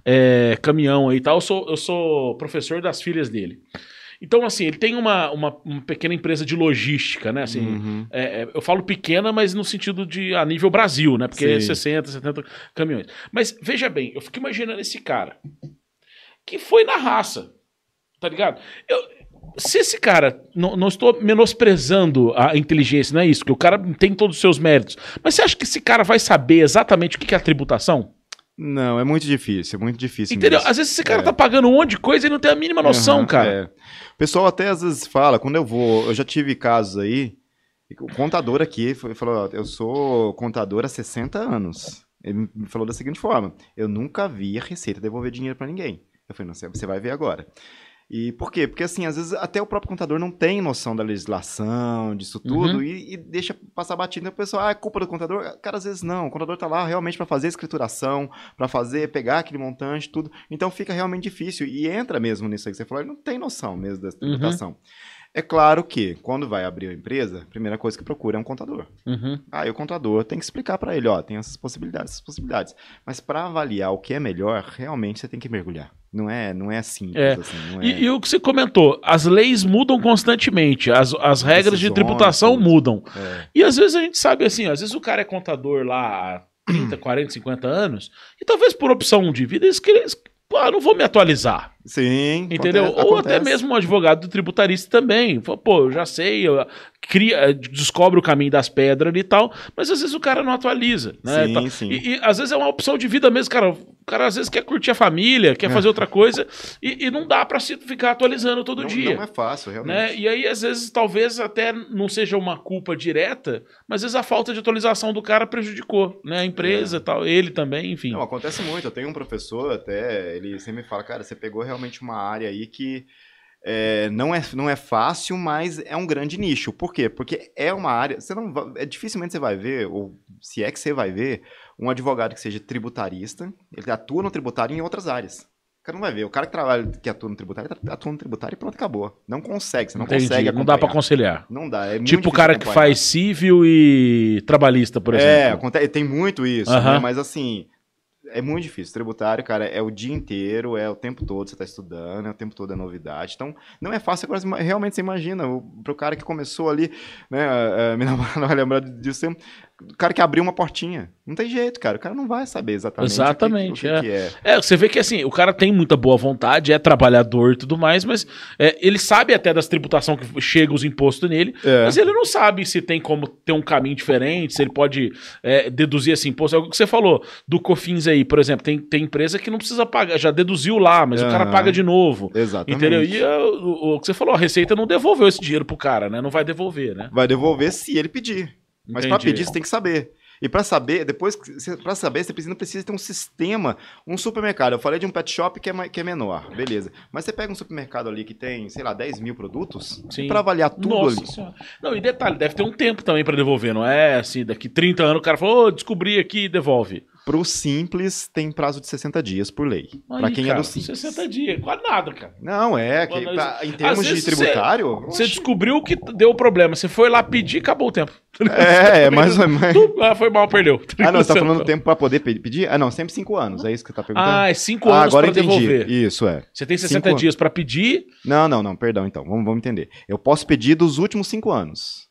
é, caminhão aí e tal. Eu sou, eu sou professor das filhas dele. Então, assim, ele tem uma, uma, uma pequena empresa de logística, né? Assim, Uhum. é, é, eu falo pequena, mas no sentido de a nível Brasil, né? Porque é Sim. sessenta, setenta caminhões. Mas veja bem, eu fico imaginando esse cara que foi na raça, tá ligado? Eu, se esse cara, não, não estou menosprezando a inteligência, não é isso, porque o cara tem todos os seus méritos, mas você acha que esse cara vai saber exatamente o que é a tributação? Não, é muito difícil, é muito difícil Entendeu? mesmo. Às vezes esse cara É. tá pagando um monte de coisa e não tem a mínima noção, Aham, cara. é. O pessoal até às vezes fala, quando eu vou, eu já tive casos aí, o contador aqui foi- falou, ó, eu sou contador há sessenta anos. Ele me falou da seguinte forma, eu nunca vi a Receita devolver dinheiro pra ninguém. Eu falei, não, você- você vai ver agora. E por quê? Porque assim, às vezes até o próprio contador não tem noção da legislação, disso tudo, Uhum. e, e deixa passar batido. O pessoal, ah, é culpa do contador? Cara, às vezes não. O contador tá lá realmente para fazer a escrituração, para fazer, pegar aquele montante, tudo. Então fica realmente difícil. E entra mesmo nisso aí que você falou, ele não tem noção mesmo dessa tributação. É claro que, quando vai abrir a empresa, a primeira coisa que procura é um contador. Uhum. Aí o contador tem que explicar para ele, ó, tem essas possibilidades, essas possibilidades. Mas para avaliar o que é melhor, realmente você tem que mergulhar. Não é, não é simples É. assim, não é. E, e o que você comentou, as leis mudam constantemente, as, as regras de Decisões, tributação tudo. mudam. É. E às vezes a gente sabe assim, às vezes o cara é contador lá há trinta, quarenta, cinquenta anos, e talvez por opção de vida eles querem, pô, eu não vou me atualizar. Sim. Entendeu? acontece- Ou até acontece. mesmo um advogado do tributarista também. Fala, pô, eu já sei, eu cria, descobre o caminho das pedras ali e tal, mas às vezes o cara não atualiza, né? Sim, Tal. sim. E, e às vezes é uma opção de vida mesmo, cara. O cara às vezes quer curtir a família, quer É. fazer outra coisa, e, e não dá pra se ficar atualizando todo não, dia. Não é fácil, realmente. Né? E aí, às vezes, talvez até não seja uma culpa direta, mas às vezes a falta de atualização do cara prejudicou, né? A empresa, É. tal, ele também, enfim. Não, acontece muito. Eu tenho um professor até, ele sempre me fala, cara, você pegou realmente uma área aí que É, não, é, não é fácil, mas é um grande nicho. Por quê? Porque é uma área... Você não vai, é, dificilmente você vai ver, ou se é que você vai ver, um advogado que seja tributarista, ele atua no tributário em outras áreas. O cara não vai ver. O cara que trabalha, que atua no tributário, atua no tributário e pronto, acabou. Não consegue, você não Entendi. consegue Não dá pra conciliar. Não dá, é muito Tipo o difícil cara que acompanhar. faz civil e trabalhista, por exemplo. É, acontece, tem muito isso, Aham. né? Mas assim, é muito difícil. Tributário, cara, é o dia inteiro, é o tempo todo você tá estudando, é o tempo todo é novidade. Então, não é fácil. Agora, você- realmente, você imagina, o, pro cara que começou ali, né, a, a minha namorada não vai lembrar disso, o cara que abriu uma portinha. Não tem jeito, cara. O cara não vai saber exatamente, Exatamente, o que, o que é. que é. É, você vê que assim, o cara tem muita boa vontade, é trabalhador e tudo mais, mas é, ele sabe até das tributações que chegam os impostos nele, É. mas ele não sabe se tem como ter um caminho diferente, se ele pode é, deduzir esse imposto. É o que você falou do COFINS aí, por exemplo, tem, tem empresa que não precisa pagar, já deduziu lá, mas o cara Aham. paga de novo. Exatamente. Entendeu? E é, o, o que você falou, a Receita não devolveu esse dinheiro pro cara, né? Não vai devolver, né? Vai devolver se ele pedir. Mas para Entendi. pedir, você tem que saber. E para saber, depois, para saber, você precisa, precisa ter um sistema, um supermercado. Eu falei de um pet shop que é, ma- que é menor, beleza. Mas você pega um supermercado ali que tem, sei lá, dez mil produtos, Sim. para avaliar tudo Nossa ali. Senhora. Não, e detalhe, deve ter um tempo também pra devolver, não é assim, daqui trinta anos o cara falou, ô, descobri aqui e devolve. Pro simples, tem prazo de sessenta dias por lei. Para Aí, quem cara, é do simples. sessenta dias, quase nada, cara. Não, é, que, Quando- pra- em às termos de vezes tributário... Você oxe, descobriu que deu problema, você foi lá pedir, acabou o tempo. É, é mais ou menos... Tu- Ah, foi mal, perdeu. Ah, não, você tá falando tempo para poder pe- pedir? Ah, não, sempre cinco anos, é isso que você tá perguntando? Ah, é cinco Ah, anos agora pra entendi. devolver. Isso, é. Você tem sessenta Cinco dias pra pedir. Não, não, não, perdão, então. Vamos, vamos entender. Eu posso pedir dos últimos cinco anos.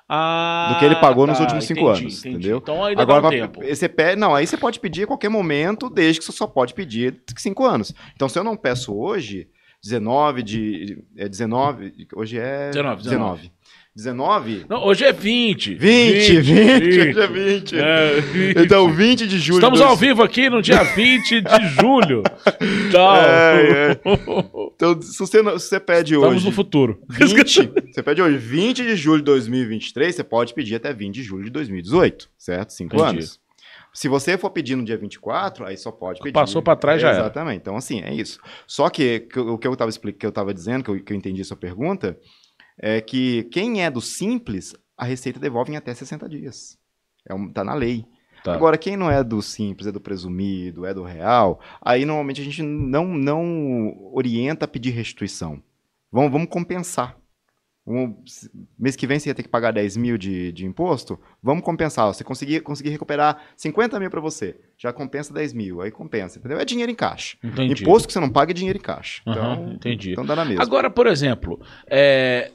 Ah, Do que ele pagou nos tá, últimos cinco entendi, anos, entendi. entendeu? Então ainda Agora, dá um pra- tempo. você pede, não, aí você pode pedir a qualquer momento, desde que você só pode pedir cinco anos. Então, se eu não peço hoje, dezenove de... É dezenove, hoje é... dezenove, dezenove. dezenove? Não, hoje é vinte. vinte, vinte, hoje é vinte. É, vinte. Então, vinte de julho... Estamos de ao dois- vivo aqui no dia vinte de julho. Tchau. É, é. Então, se você, não- se você pede Estamos hoje... no futuro. vinte, você pede hoje vinte de julho de dois mil e vinte e três, você pode pedir até vinte de julho de dois mil e dezoito, certo? Cinco Entendi. anos. Se você for pedir no dia vinte e quatro, aí só pode pedir. Passou pra trás, já era. Exatamente. Então, assim, é isso. Só que, que o que eu estava que eu tava dizendo, que eu, que eu entendi a sua pergunta, é que quem é do Simples, a Receita devolve em até sessenta dias. É um, tá na lei. Tá. Agora, quem não é do Simples, é do Presumido, é do Real, aí normalmente a gente não, não orienta a pedir restituição. Vamos, vamos compensar. Vamos, mês que vem você ia ter que pagar dez mil de, de imposto, vamos compensar. Você conseguir, conseguir recuperar cinquenta mil para você, já compensa dez mil, aí compensa, entendeu? É dinheiro em caixa. Entendi. Imposto que você não paga é dinheiro em caixa. Então, Aham, entendi. então dá na mesma. Agora, por exemplo, é,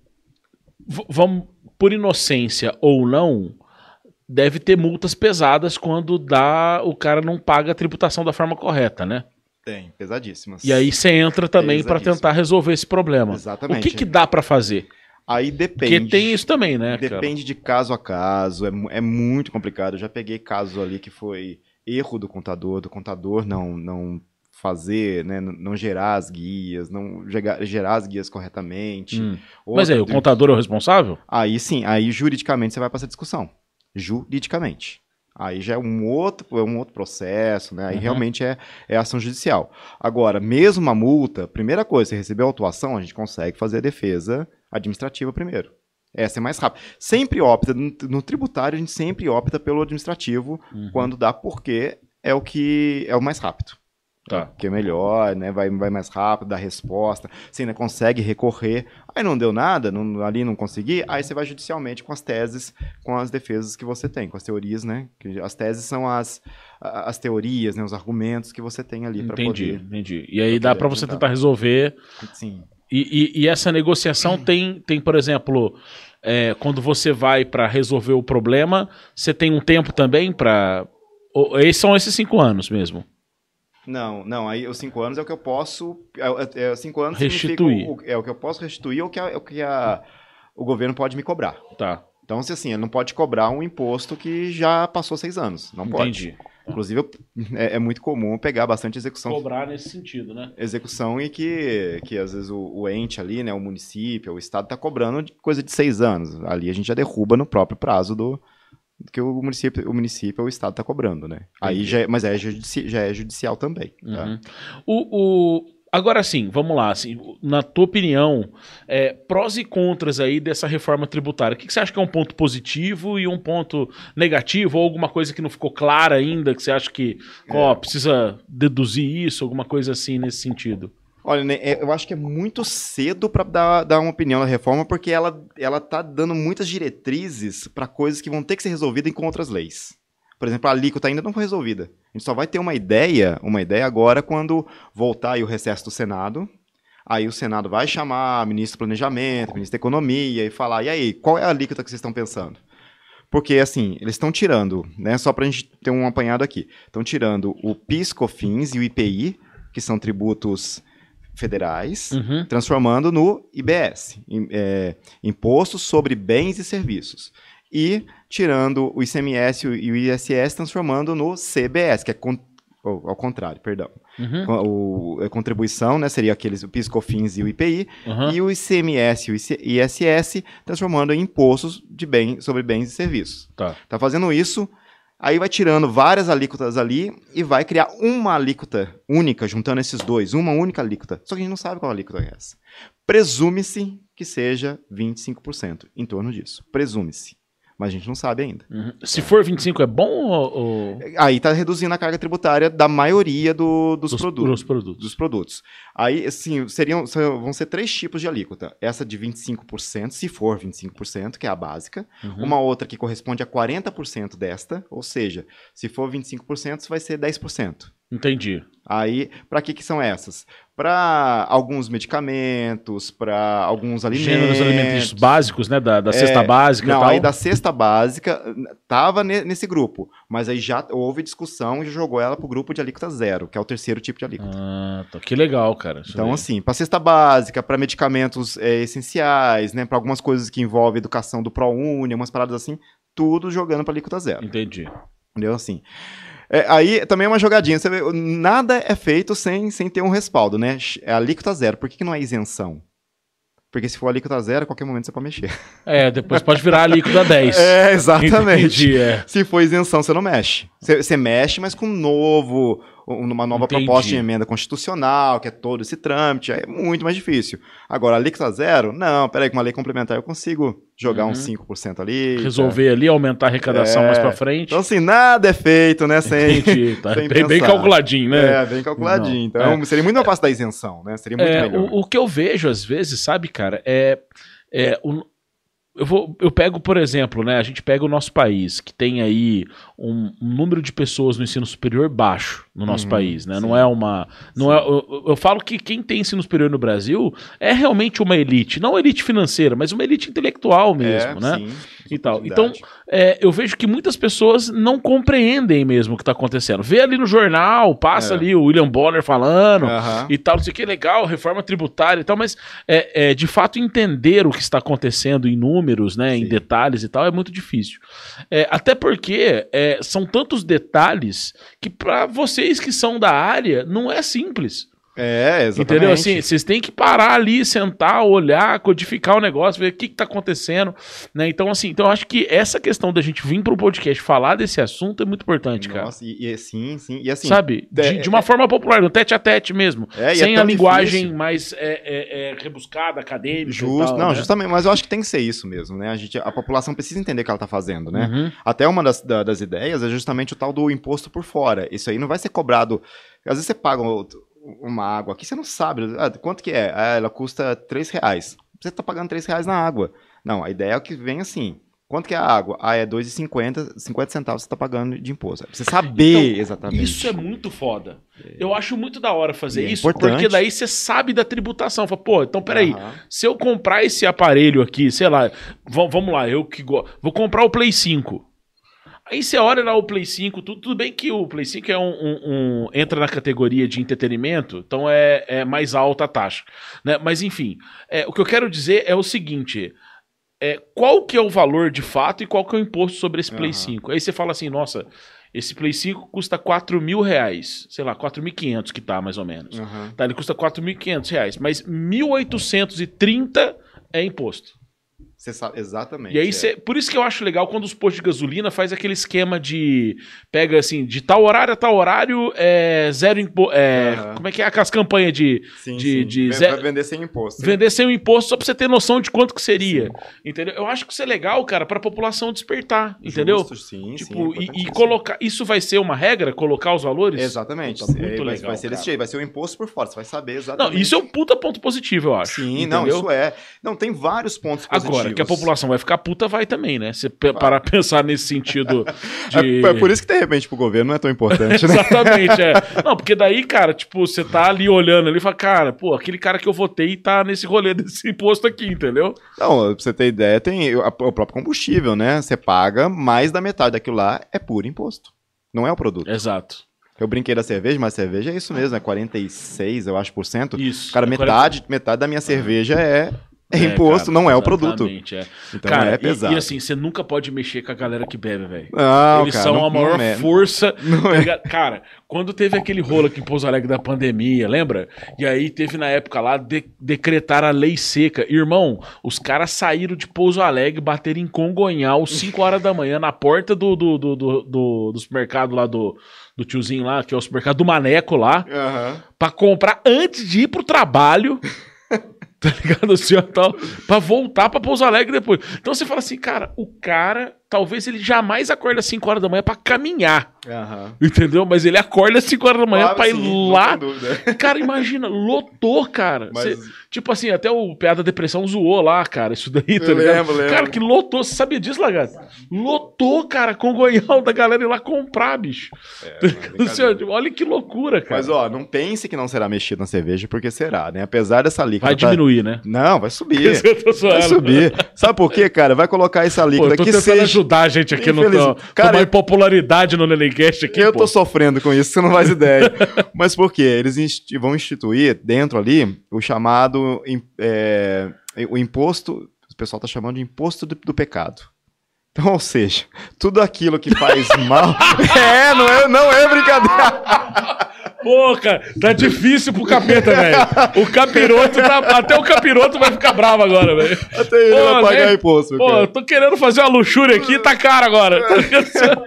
v- vamos, por inocência ou não, deve ter multas pesadas quando dá, o cara não paga a tributação da forma correta, né? Tem, pesadíssimas. E aí você entra também para Pesadíssimo. tentar resolver esse problema. Exatamente. O que, que dá para fazer? Aí depende. Porque tem isso também, né, cara? Depende de caso a caso, é, mu- é muito complicado. Eu já peguei casos ali que foi erro do contador, do contador não, não fazer, né, n- não gerar as guias, não gera- gerar as guias corretamente. Hum. Mas aí, o Outra- contador é o responsável? Aí sim, aí juridicamente você vai para essa discussão. Juridicamente. Aí já é um outro, é um outro processo, né? Aí Uhum. realmente é, é ação judicial. Agora, mesmo a multa, primeira coisa, você recebeu a autuação, a gente consegue fazer a defesa administrativa primeiro. Essa é mais rápida. Sempre opta, no, no tributário a gente sempre opta pelo administrativo Uhum. quando dá, porque é o que é o mais rápido. Tá. Que é melhor, né? Vai, vai mais rápido, dá resposta, você ainda consegue recorrer. Aí não deu nada, não, ali não consegui, aí você vai judicialmente com as teses, com as defesas que você tem, com as teorias, né? Que as teses são as, a- as teorias, né? Os argumentos que você tem ali para Entendi, poder. entendi. E aí pra dá poder para você apresentar. tentar resolver. Sim. E, e- e essa negociação tem, tem, por exemplo, é, quando você vai para resolver o problema, você tem um tempo também para. Esses são esses cinco anos mesmo. Não, não, aí os cinco anos é o que eu posso. É, é, é, cinco anos Restituir. significa o- é o que eu posso restituir ou que a- é o que a- o governo pode me cobrar. Tá. Então, se assim, ele não pode cobrar um imposto que já passou seis anos. Não pode. Entendi. Inclusive, eu- é, é muito comum pegar bastante execução, Cobrar nesse sentido, né? execução e que, que às vezes o, o ente ali, né, o município, o estado está cobrando de coisa de seis anos. Ali a gente já derruba no próprio prazo do que o município, o município ou o estado está cobrando, né? Aí Entendi. já, é- mas é judici, já é judicial também. Tá? Uhum. O, o- Agora sim, vamos lá. Assim, na tua opinião, é, prós e contras aí dessa reforma tributária. O que, que você acha que é um ponto positivo e um ponto negativo? Ou alguma coisa que não ficou clara ainda, que você acha que ó, precisa deduzir isso, alguma coisa assim nesse sentido? Olha, né, eu acho que é muito cedo para dar, dar uma opinião da reforma, porque ela, ela tá dando muitas diretrizes para coisas que vão ter que ser resolvidas com outras leis. Por exemplo, a alíquota ainda não foi resolvida. A gente só vai ter uma ideia, uma ideia agora quando voltar aí o recesso do Senado. Aí o Senado vai chamar o ministro do Planejamento, o ministro da Economia e falar, e aí, qual é a alíquota que vocês estão pensando? Porque, assim, eles estão tirando, né, só para a gente ter um apanhado aqui, estão tirando o PIS, COFINS e o I P I, que são tributos federais, Uhum. transformando no I B S, é, Imposto sobre Bens e Serviços. E tirando o I C M S e o I S S, transformando no C B S, que é con- ou, ao contrário, perdão. Uhum. O, a contribuição, né, seria aqueles, o PIS, COFINS e o I P I, Uhum. e o I C M S e o I S S, transformando em impostos de bem, sobre bens e serviços. Tá. Tá fazendo isso, aí vai tirando várias alíquotas ali e vai criar uma alíquota única, juntando esses dois, uma única alíquota. Só que a gente não sabe qual alíquota é essa. Presume-se que seja vinte e cinco por cento, em torno disso. Presume-se. Mas a gente não sabe ainda. Uhum. Se for vinte e cinco é bom ou... ou... Aí está reduzindo a carga tributária da maioria do, dos, Dos, produtos, dos produtos. dos produtos. Aí, assim, seriam, vão ser três tipos de alíquota. Essa de vinte e cinco por cento, se for vinte e cinco por cento, que é a básica. Uhum. Uma outra que corresponde a quarenta por cento desta, ou seja, se for vinte e cinco por cento, vai ser dez por cento. Entendi. Aí, para que que são essas? Para alguns medicamentos, para alguns alimentos. Gêneros alimentícios básicos, né? Da, da É, cesta básica Não, e tal. aí da cesta básica tava ne- nesse grupo, mas aí já houve discussão e jogou ela pro grupo de alíquota zero, que é o terceiro tipo de alíquota. Ah, tá. Que legal, cara. Isso Então, aí. assim, para cesta básica, para medicamentos é, essenciais, né, para algumas coisas que envolvem educação do ProUni, umas paradas assim, tudo jogando para alíquota zero. Entendi. Entendeu? Assim. É, aí também é uma jogadinha. Você vê, nada é feito sem, sem ter um respaldo, né? É alíquota zero. Por que, que não é isenção? Porque se for alíquota zero, a qualquer momento você pode mexer. É, depois pode virar alíquota dez. É, exatamente. Entendi, é. Se for isenção, você não mexe. Você, você mexe, mas com um novo, uma nova Entendi. proposta de emenda constitucional, que é todo esse trâmite, aí é muito mais difícil. Agora, alíquota zero? Não, peraí, com uma lei complementar eu consigo jogar Uhum. uns cinco por cento ali. Resolver ali, aumentar a arrecadação É. mais pra frente. Então, assim, nada é feito, né? Sem, Entendi. Tá sem bem, bem pensar. calculadinho, né? É, bem calculadinho. Não, Então, seria muito mais fácil da isenção, né? Seria muito É, melhor. o, o que eu vejo às vezes, sabe, cara, é, é o- eu, vou, eu pego, por exemplo, né, a gente pega o nosso país, que tem aí um, um número de pessoas no ensino superior baixo no nosso Uhum, país, né? sim. Não é uma, não Sim. é, eu, eu falo que quem tem ensino superior no Brasil é realmente uma elite, não uma elite financeira, mas uma elite intelectual mesmo, É, né? sim, E tal. oportunidade. Então, é, eu vejo que muitas pessoas não compreendem mesmo o que está acontecendo. Vê ali no jornal, passa É. ali o William Bonner falando Aham. e tal, não sei o que, legal, reforma tributária e tal, mas é, é, de fato entender o que está acontecendo em números, né, em Sim. detalhes e tal, é muito difícil. É, até porque é, são tantos detalhes que para vocês que são da área não é simples. É, exatamente. Entendeu? Assim, vocês têm que parar ali, sentar, olhar, codificar o negócio, ver o que, que tá acontecendo, né? Então, assim, então eu acho que essa questão da gente vir pro podcast falar desse assunto é muito importante, cara. Nossa, e, e sim, sim. E assim, Sabe? De, é- de uma forma popular, no tete a tete mesmo. É, e é sem tão a linguagem difícil. mais é, é, é, rebuscada, acadêmica. e Justo, tal, não, né? justamente, mas eu acho que tem que ser isso mesmo, né? A, gente, a população precisa entender o que ela tá fazendo, né? Uhum. Até uma das, da- das ideias é justamente o tal do imposto por fora. Isso aí não vai ser cobrado. Às vezes você paga um- uma água aqui, você não sabe. Ah, quanto que é? Ah, ela custa três reais. Você tá pagando três reais na água. Não, a ideia é que vem assim. Quanto que é a água? Ah, é dois reais e cinquenta, cinquenta centavos você tá pagando de imposto. Pra você saber Então, exatamente. Isso é muito foda. Eu acho muito da hora fazer E é isso, importante. porque daí você sabe da tributação. Fala, pô, então peraí, Aham. se eu comprar esse aparelho aqui, sei lá, v- vamos lá, eu que gosto, vou comprar o Play cinco. Aí você olha lá o Play cinco, tudo, tudo bem que o Play cinco é um, um- um- entra na categoria de entretenimento, então é, é mais alta a taxa, né? Mas enfim, é, o que eu quero dizer é o seguinte, é, qual que é o valor de fato e qual que é o imposto sobre esse Play Aham. cinco? Aí você fala assim, nossa, esse Play cinco custa quatro mil reais, sei lá, quatro mil e quinhentos que tá mais ou menos. Aham. Tá, ele custa quatro mil e quinhentos reais, mas mil oitocentos e trinta é imposto. Você sabe, exatamente. E aí, é. cê, por isso que eu acho legal quando os postos de gasolina faz aquele esquema de... Pega assim, de tal horário a tal horário, é, zero imposto... É, Aham. Como é que é aquelas campanhas de... Sim, de, sim. de Vai- zero- vai vender sem imposto. Vender sem o imposto só pra você ter noção de quanto que seria. Entendeu? Eu acho que isso é legal, cara, pra população despertar. Entendeu? Justo, sim, Tipo, sim, e- e, importantíssimo. colocar... Isso vai ser uma regra? Colocar os valores? Exatamente. Puta, muito É, vai, legal, vai ser desse cara. jeito, vai ser o imposto por fora, você vai saber Não, exatamente. isso é um puta ponto positivo, eu acho. Sim, entendeu? não, isso é. Não, tem vários pontos positivos. Agora, que a população vai ficar puta, vai também, né? Você pe- parar pra pensar nesse sentido de... É, é por isso que, de repente, pro governo não é tão importante, né? Exatamente, é. Não, porque daí, cara, tipo, você tá ali olhando ali e fala, cara, pô, aquele cara que eu votei tá nesse rolê desse imposto aqui, entendeu? Não, pra você ter ideia, tem o o próprio combustível, né? Você paga mais da metade daquilo lá, é puro imposto. Não é o produto. Exato. Eu brinquei da cerveja, mas cerveja é isso mesmo, é quarenta e seis, eu acho, por cento. Isso. Cara, É metade, metade da minha cerveja é, é É, imposto, cara, não é o produto. exatamente, é. Então Cara, é e- pesado. E, assim, você nunca pode mexer com a galera que bebe, velho. Não, Eles cara, são não- a maior não é. força. Não tá é. ligado? Cara, quando teve aquele rolo aqui em Pouso Alegre da pandemia, lembra? E aí teve na época lá, de, decretar a lei seca. Irmão, os caras saíram de Pouso Alegre, bateram em Congonhal, cinco horas da manhã, na porta do, do, do, do, do, do supermercado lá do, do tiozinho lá, que é o supermercado do Maneco lá, Aham. pra comprar antes de ir pro trabalho. Tá ligado? Assim, ó, tal, pra voltar pra Pouso Alegre depois. Então você fala assim, cara, o cara, talvez ele jamais acorda às cinco horas da manhã pra caminhar. Aham. Entendeu? Mas ele acorda às cinco horas da manhã Claro, pra ir sim, lá. não tem dúvida. Cara, imagina, lotou, cara. Mas- Cê- tipo assim, até o Piada Depressão zoou lá, cara, isso daí, tá Eu ligado? lembro, lembro. Cara, que lotou, você sabia disso, Lagarto? Lotou, cara, com o Congonhal da galera ir lá comprar, bicho. É, Assim, ó, olha que loucura, cara. Mas, ó, não pense que não será mexido na cerveja, porque será, né? Apesar dessa alíquota... Vai tá- diminuir, né? Não, vai subir. Eu tô zoando. Vai subir. Sabe por quê, cara? Vai colocar essa Pô, alíquota eu tô que tentando seja... ajudar a gente aqui no Infeliz- no- Cara, tomar eu- popularidade no Nenencast aqui, Eu pô. tô sofrendo com isso, você não faz ideia. Mas por quê? Eles insti- vão instituir dentro ali o chamado im- é, o imposto, o pessoal tá chamando de imposto do, do pecado. Então, ou seja, tudo aquilo que faz mal. É, não é, não é brincadeira. Pô, cara, tá difícil pro capeta, velho. O capiroto tá. Até o capiroto vai ficar bravo agora, velho. Até ele Pô, vai pagar né? imposto. Pô, cara. eu tô querendo fazer uma luxúria aqui, tá caro agora. Tá ligado?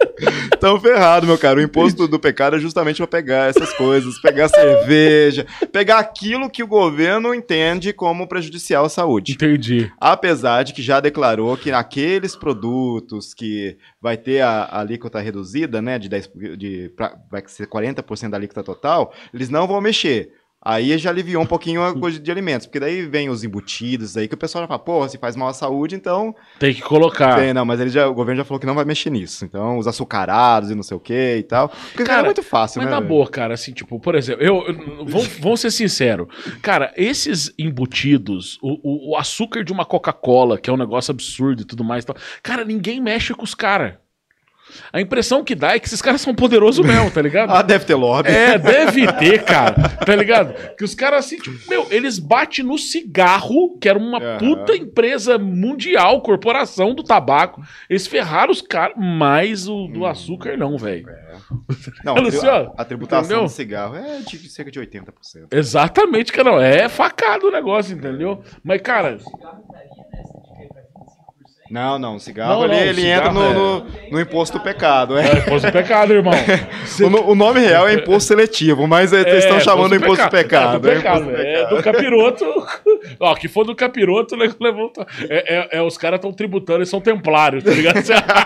Tão ferrado, meu cara. O imposto do pecado é justamente pra pegar essas coisas, pegar cerveja, pegar aquilo que o governo entende como prejudicial à saúde. Entendi. Apesar de que já declarou que naqueles produtos que vai ter a, a alíquota reduzida, né, de dez, de, pra, vai ser quarenta por cento da alíquota total, eles não vão mexer. Aí já aliviou um pouquinho a coisa de alimentos, porque daí vem os embutidos aí que o pessoal já fala, pô, se faz mal à saúde, então... Tem que colocar. Tem, não, mas ele já, o governo já falou que não vai mexer nisso. Então, os açucarados e não sei o que e tal. Porque Cara, é muito fácil, Mas né? na velho? boa, cara, assim, tipo, por exemplo, eu, eu- vamos, vamos ser sinceros. Cara, esses embutidos, o, o- o açúcar de uma Coca-Cola, que é um negócio absurdo e tudo mais, e tal, cara, ninguém mexe com os caras. A impressão que dá é que esses caras são poderosos mesmo, tá ligado? Ah, deve ter lobby. É, deve ter, cara. Tá ligado? Que os caras assim, tipo, meu, eles batem no cigarro, que era uma Aham. puta empresa mundial, corporação do tabaco. Eles ferraram os caras, mas o do açúcar não, velho. Não, Olha a, tri- assim, ó, a tributação entendeu? do cigarro é de cerca de oitenta por cento. Exatamente, cara. Não, é facado o negócio, entendeu? Mas, cara, Não, não, o cigarro, Não, ele, não, ele cigarro entra no, é- no, no imposto do pecado. É. é imposto do pecado, irmão. O, no- o nome real é imposto seletivo, mas eles É, estão chamando de imposto do pecado. É, do pecado. imposto do É, pecado. do capiroto. Ó, que for do capiroto, né, levou. É, é, é, os caras estão tributando, eles são templários, tá ligado?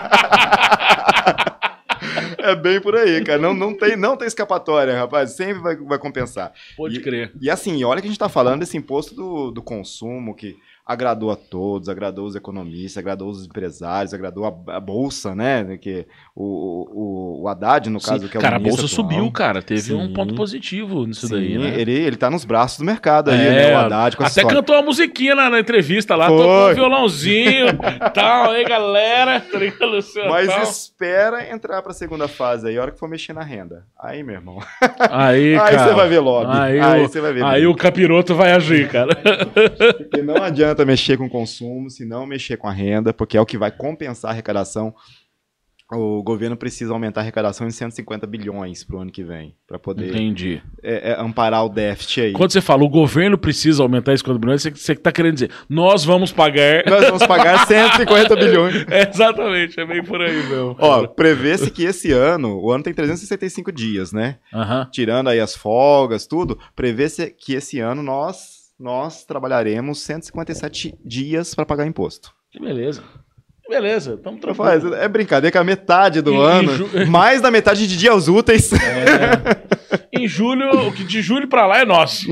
É bem por aí, cara. Não, não, tem, não tem escapatória, rapaz. Sempre vai, vai compensar. Pode E- crer. E assim, olha que a gente tá falando desse imposto do, do consumo que agradou a todos, agradou os economistas, agradou os empresários, agradou a, a Bolsa, né? Que o, o, o Haddad, no caso, Sim. que é o Cara, a ministro bolsa atual. subiu, cara. Teve um Sim. ponto positivo nisso Sim, daí, né? ele, ele tá nos braços do mercado aí, É, né? O Haddad com essa até história. cantou uma musiquinha na, na entrevista lá, Foi. tocou um violãozinho tal, aí galera, tá ligado? Assim, Mas tal. espera entrar pra segunda fase aí, a hora que for mexer na renda. Aí, meu irmão. Aí, Aí cara. você vai ver lobby. Aí, Aí o, você vai ver aí lobby. o capiroto vai agir, cara. Porque não adianta mexer com o consumo se não mexer com a renda, porque é o que vai compensar a arrecadação o governo precisa aumentar a arrecadação em cento e cinquenta bilhões para o ano que vem, para poder Entendi. é, é, amparar o déficit aí. Quando você fala o governo precisa aumentar esses cinquenta bilhões, você, você tá querendo dizer, nós vamos pagar... Nós vamos pagar cento e cinquenta bilhões. É, exatamente, é bem por aí, meu. Ó, prevê-se que esse ano, o ano tem trezentos e sessenta e cinco dias, né? Aham. Tirando aí as folgas, tudo, prevê-se que esse ano nós, nós trabalharemos cento e cinquenta e sete dias para pagar imposto. Que beleza. Que beleza, tamo Faz, tranquilo. é brincadeira que a metade do E- ano, e ju- mais da metade de dias úteis. É. Em julho, o que de julho pra lá é nosso.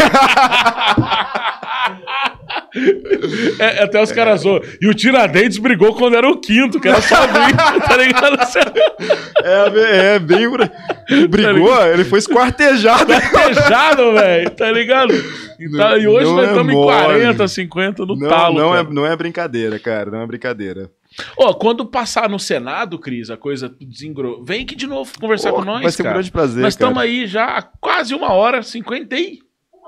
É, até os caras zoam. E o Tiradentes brigou quando era o quinto, que era só vinte, tá ligado? É, é bem... Brigou, ele foi esquartejado. Fechado, velho, tá ligado? E, tá- e hoje Não nós é estamos em mole. quarenta, cinquenta no Não, talo, não, cara. é, não é brincadeira, cara, não é brincadeira. Ó, quando passar no Senado, Cris, a coisa desengro... Vem aqui de novo conversar Pô, com nós, vai ser um cara. grande prazer, Nós estamos cara. aí já há quase uma hora, cinquenta e...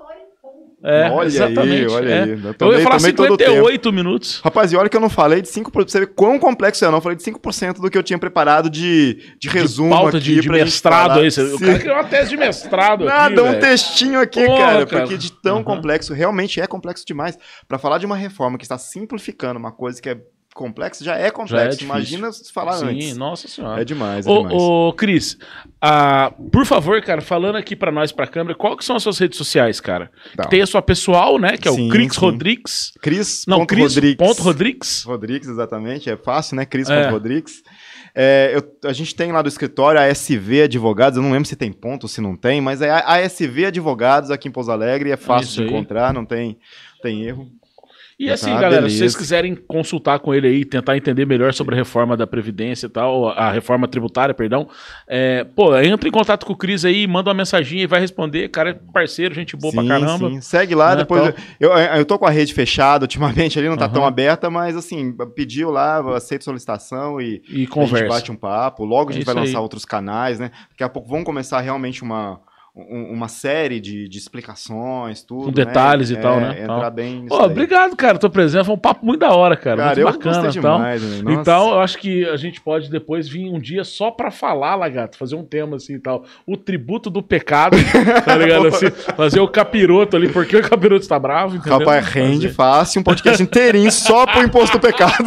É, Olha exatamente. aí, olha é. aí. Eu Eu ia tomei- falar tomei todo o cinquenta e oito minutos. Rapaz, e olha que eu não falei de cinco por cento, você vê quão complexo é, não. Eu falei de cinco por cento do que eu tinha preparado de, de resumo Pauta aqui de, de pra gente mestrado falar. aí. Você- O Sim. cara criou uma tese de mestrado Nada, aqui, um velho. textinho aqui, Porra, cara, cara. porque de tão Uhum. complexo, realmente é complexo demais. Pra falar de uma reforma que está simplificando uma coisa que é complexa, já é complexo. difícil. Imagina se falar Sim, antes. nossa senhora. É demais, é Ô, demais. ô, Cris, ah, por favor, cara, falando aqui pra nós, pra câmera, qual que são as suas redes sociais, cara? Tá. Tem a sua pessoal, né, que é Sim, o Cris sim. Rodrigues. Cris. Não, ponto Cris Rodrigues. ponto Rodrigues. Rodrigues, exatamente, é fácil, né? Cris É. ponto Rodrigues. É, eu- a gente tem lá do escritório a S V Advogados, eu não lembro se tem ponto ou se não tem, mas é a A S V Advogados aqui em Pouso Alegre, é fácil Isso de aí. encontrar, não tem, tem erro. E Tá, assim, galera, beleza. se vocês quiserem consultar com ele aí, tentar entender melhor sobre a reforma da Previdência e tal, a reforma tributária, perdão, é, pô, entra em contato com o Cris aí, manda uma mensaginha e vai responder. Cara, é parceiro, gente boa pra caramba. Sim. Segue lá, Né, depois tal. eu, eu, eu tô com a rede fechada ultimamente, ali não tá Aham. tão aberta, mas assim, pediu lá, eu aceito solicitação e E a gente conversa. bate um papo. Logo a É gente isso vai lançar aí. outros canais, né? Daqui a pouco vamos começar realmente uma, um- uma série de, de explicações, tudo. Com detalhes né? e tal, É, né? Entrar Tal. bem nisso Pô, daí. obrigado, cara, tua presença, foi um papo muito da hora, cara, Cara, eu muito bacana gostei e tal. demais, né? Nossa. Então, eu acho que a gente pode depois vir um dia só pra falar, Lagarto, fazer um tema assim e tal. O tributo do pecado, tá ligado? Assim, fazer o capiroto ali, porque o capiroto está bravo, entendeu? Rapaz, rende Fazer. fácil um podcast inteirinho só pro imposto do pecado.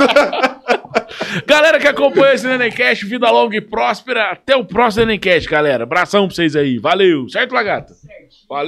Galera que acompanha esse Nenemcast, vida longa e próspera. Até o próximo Nenemcast, galera. Abração pra vocês aí. Valeu. Certo, Lagarto? Valeu.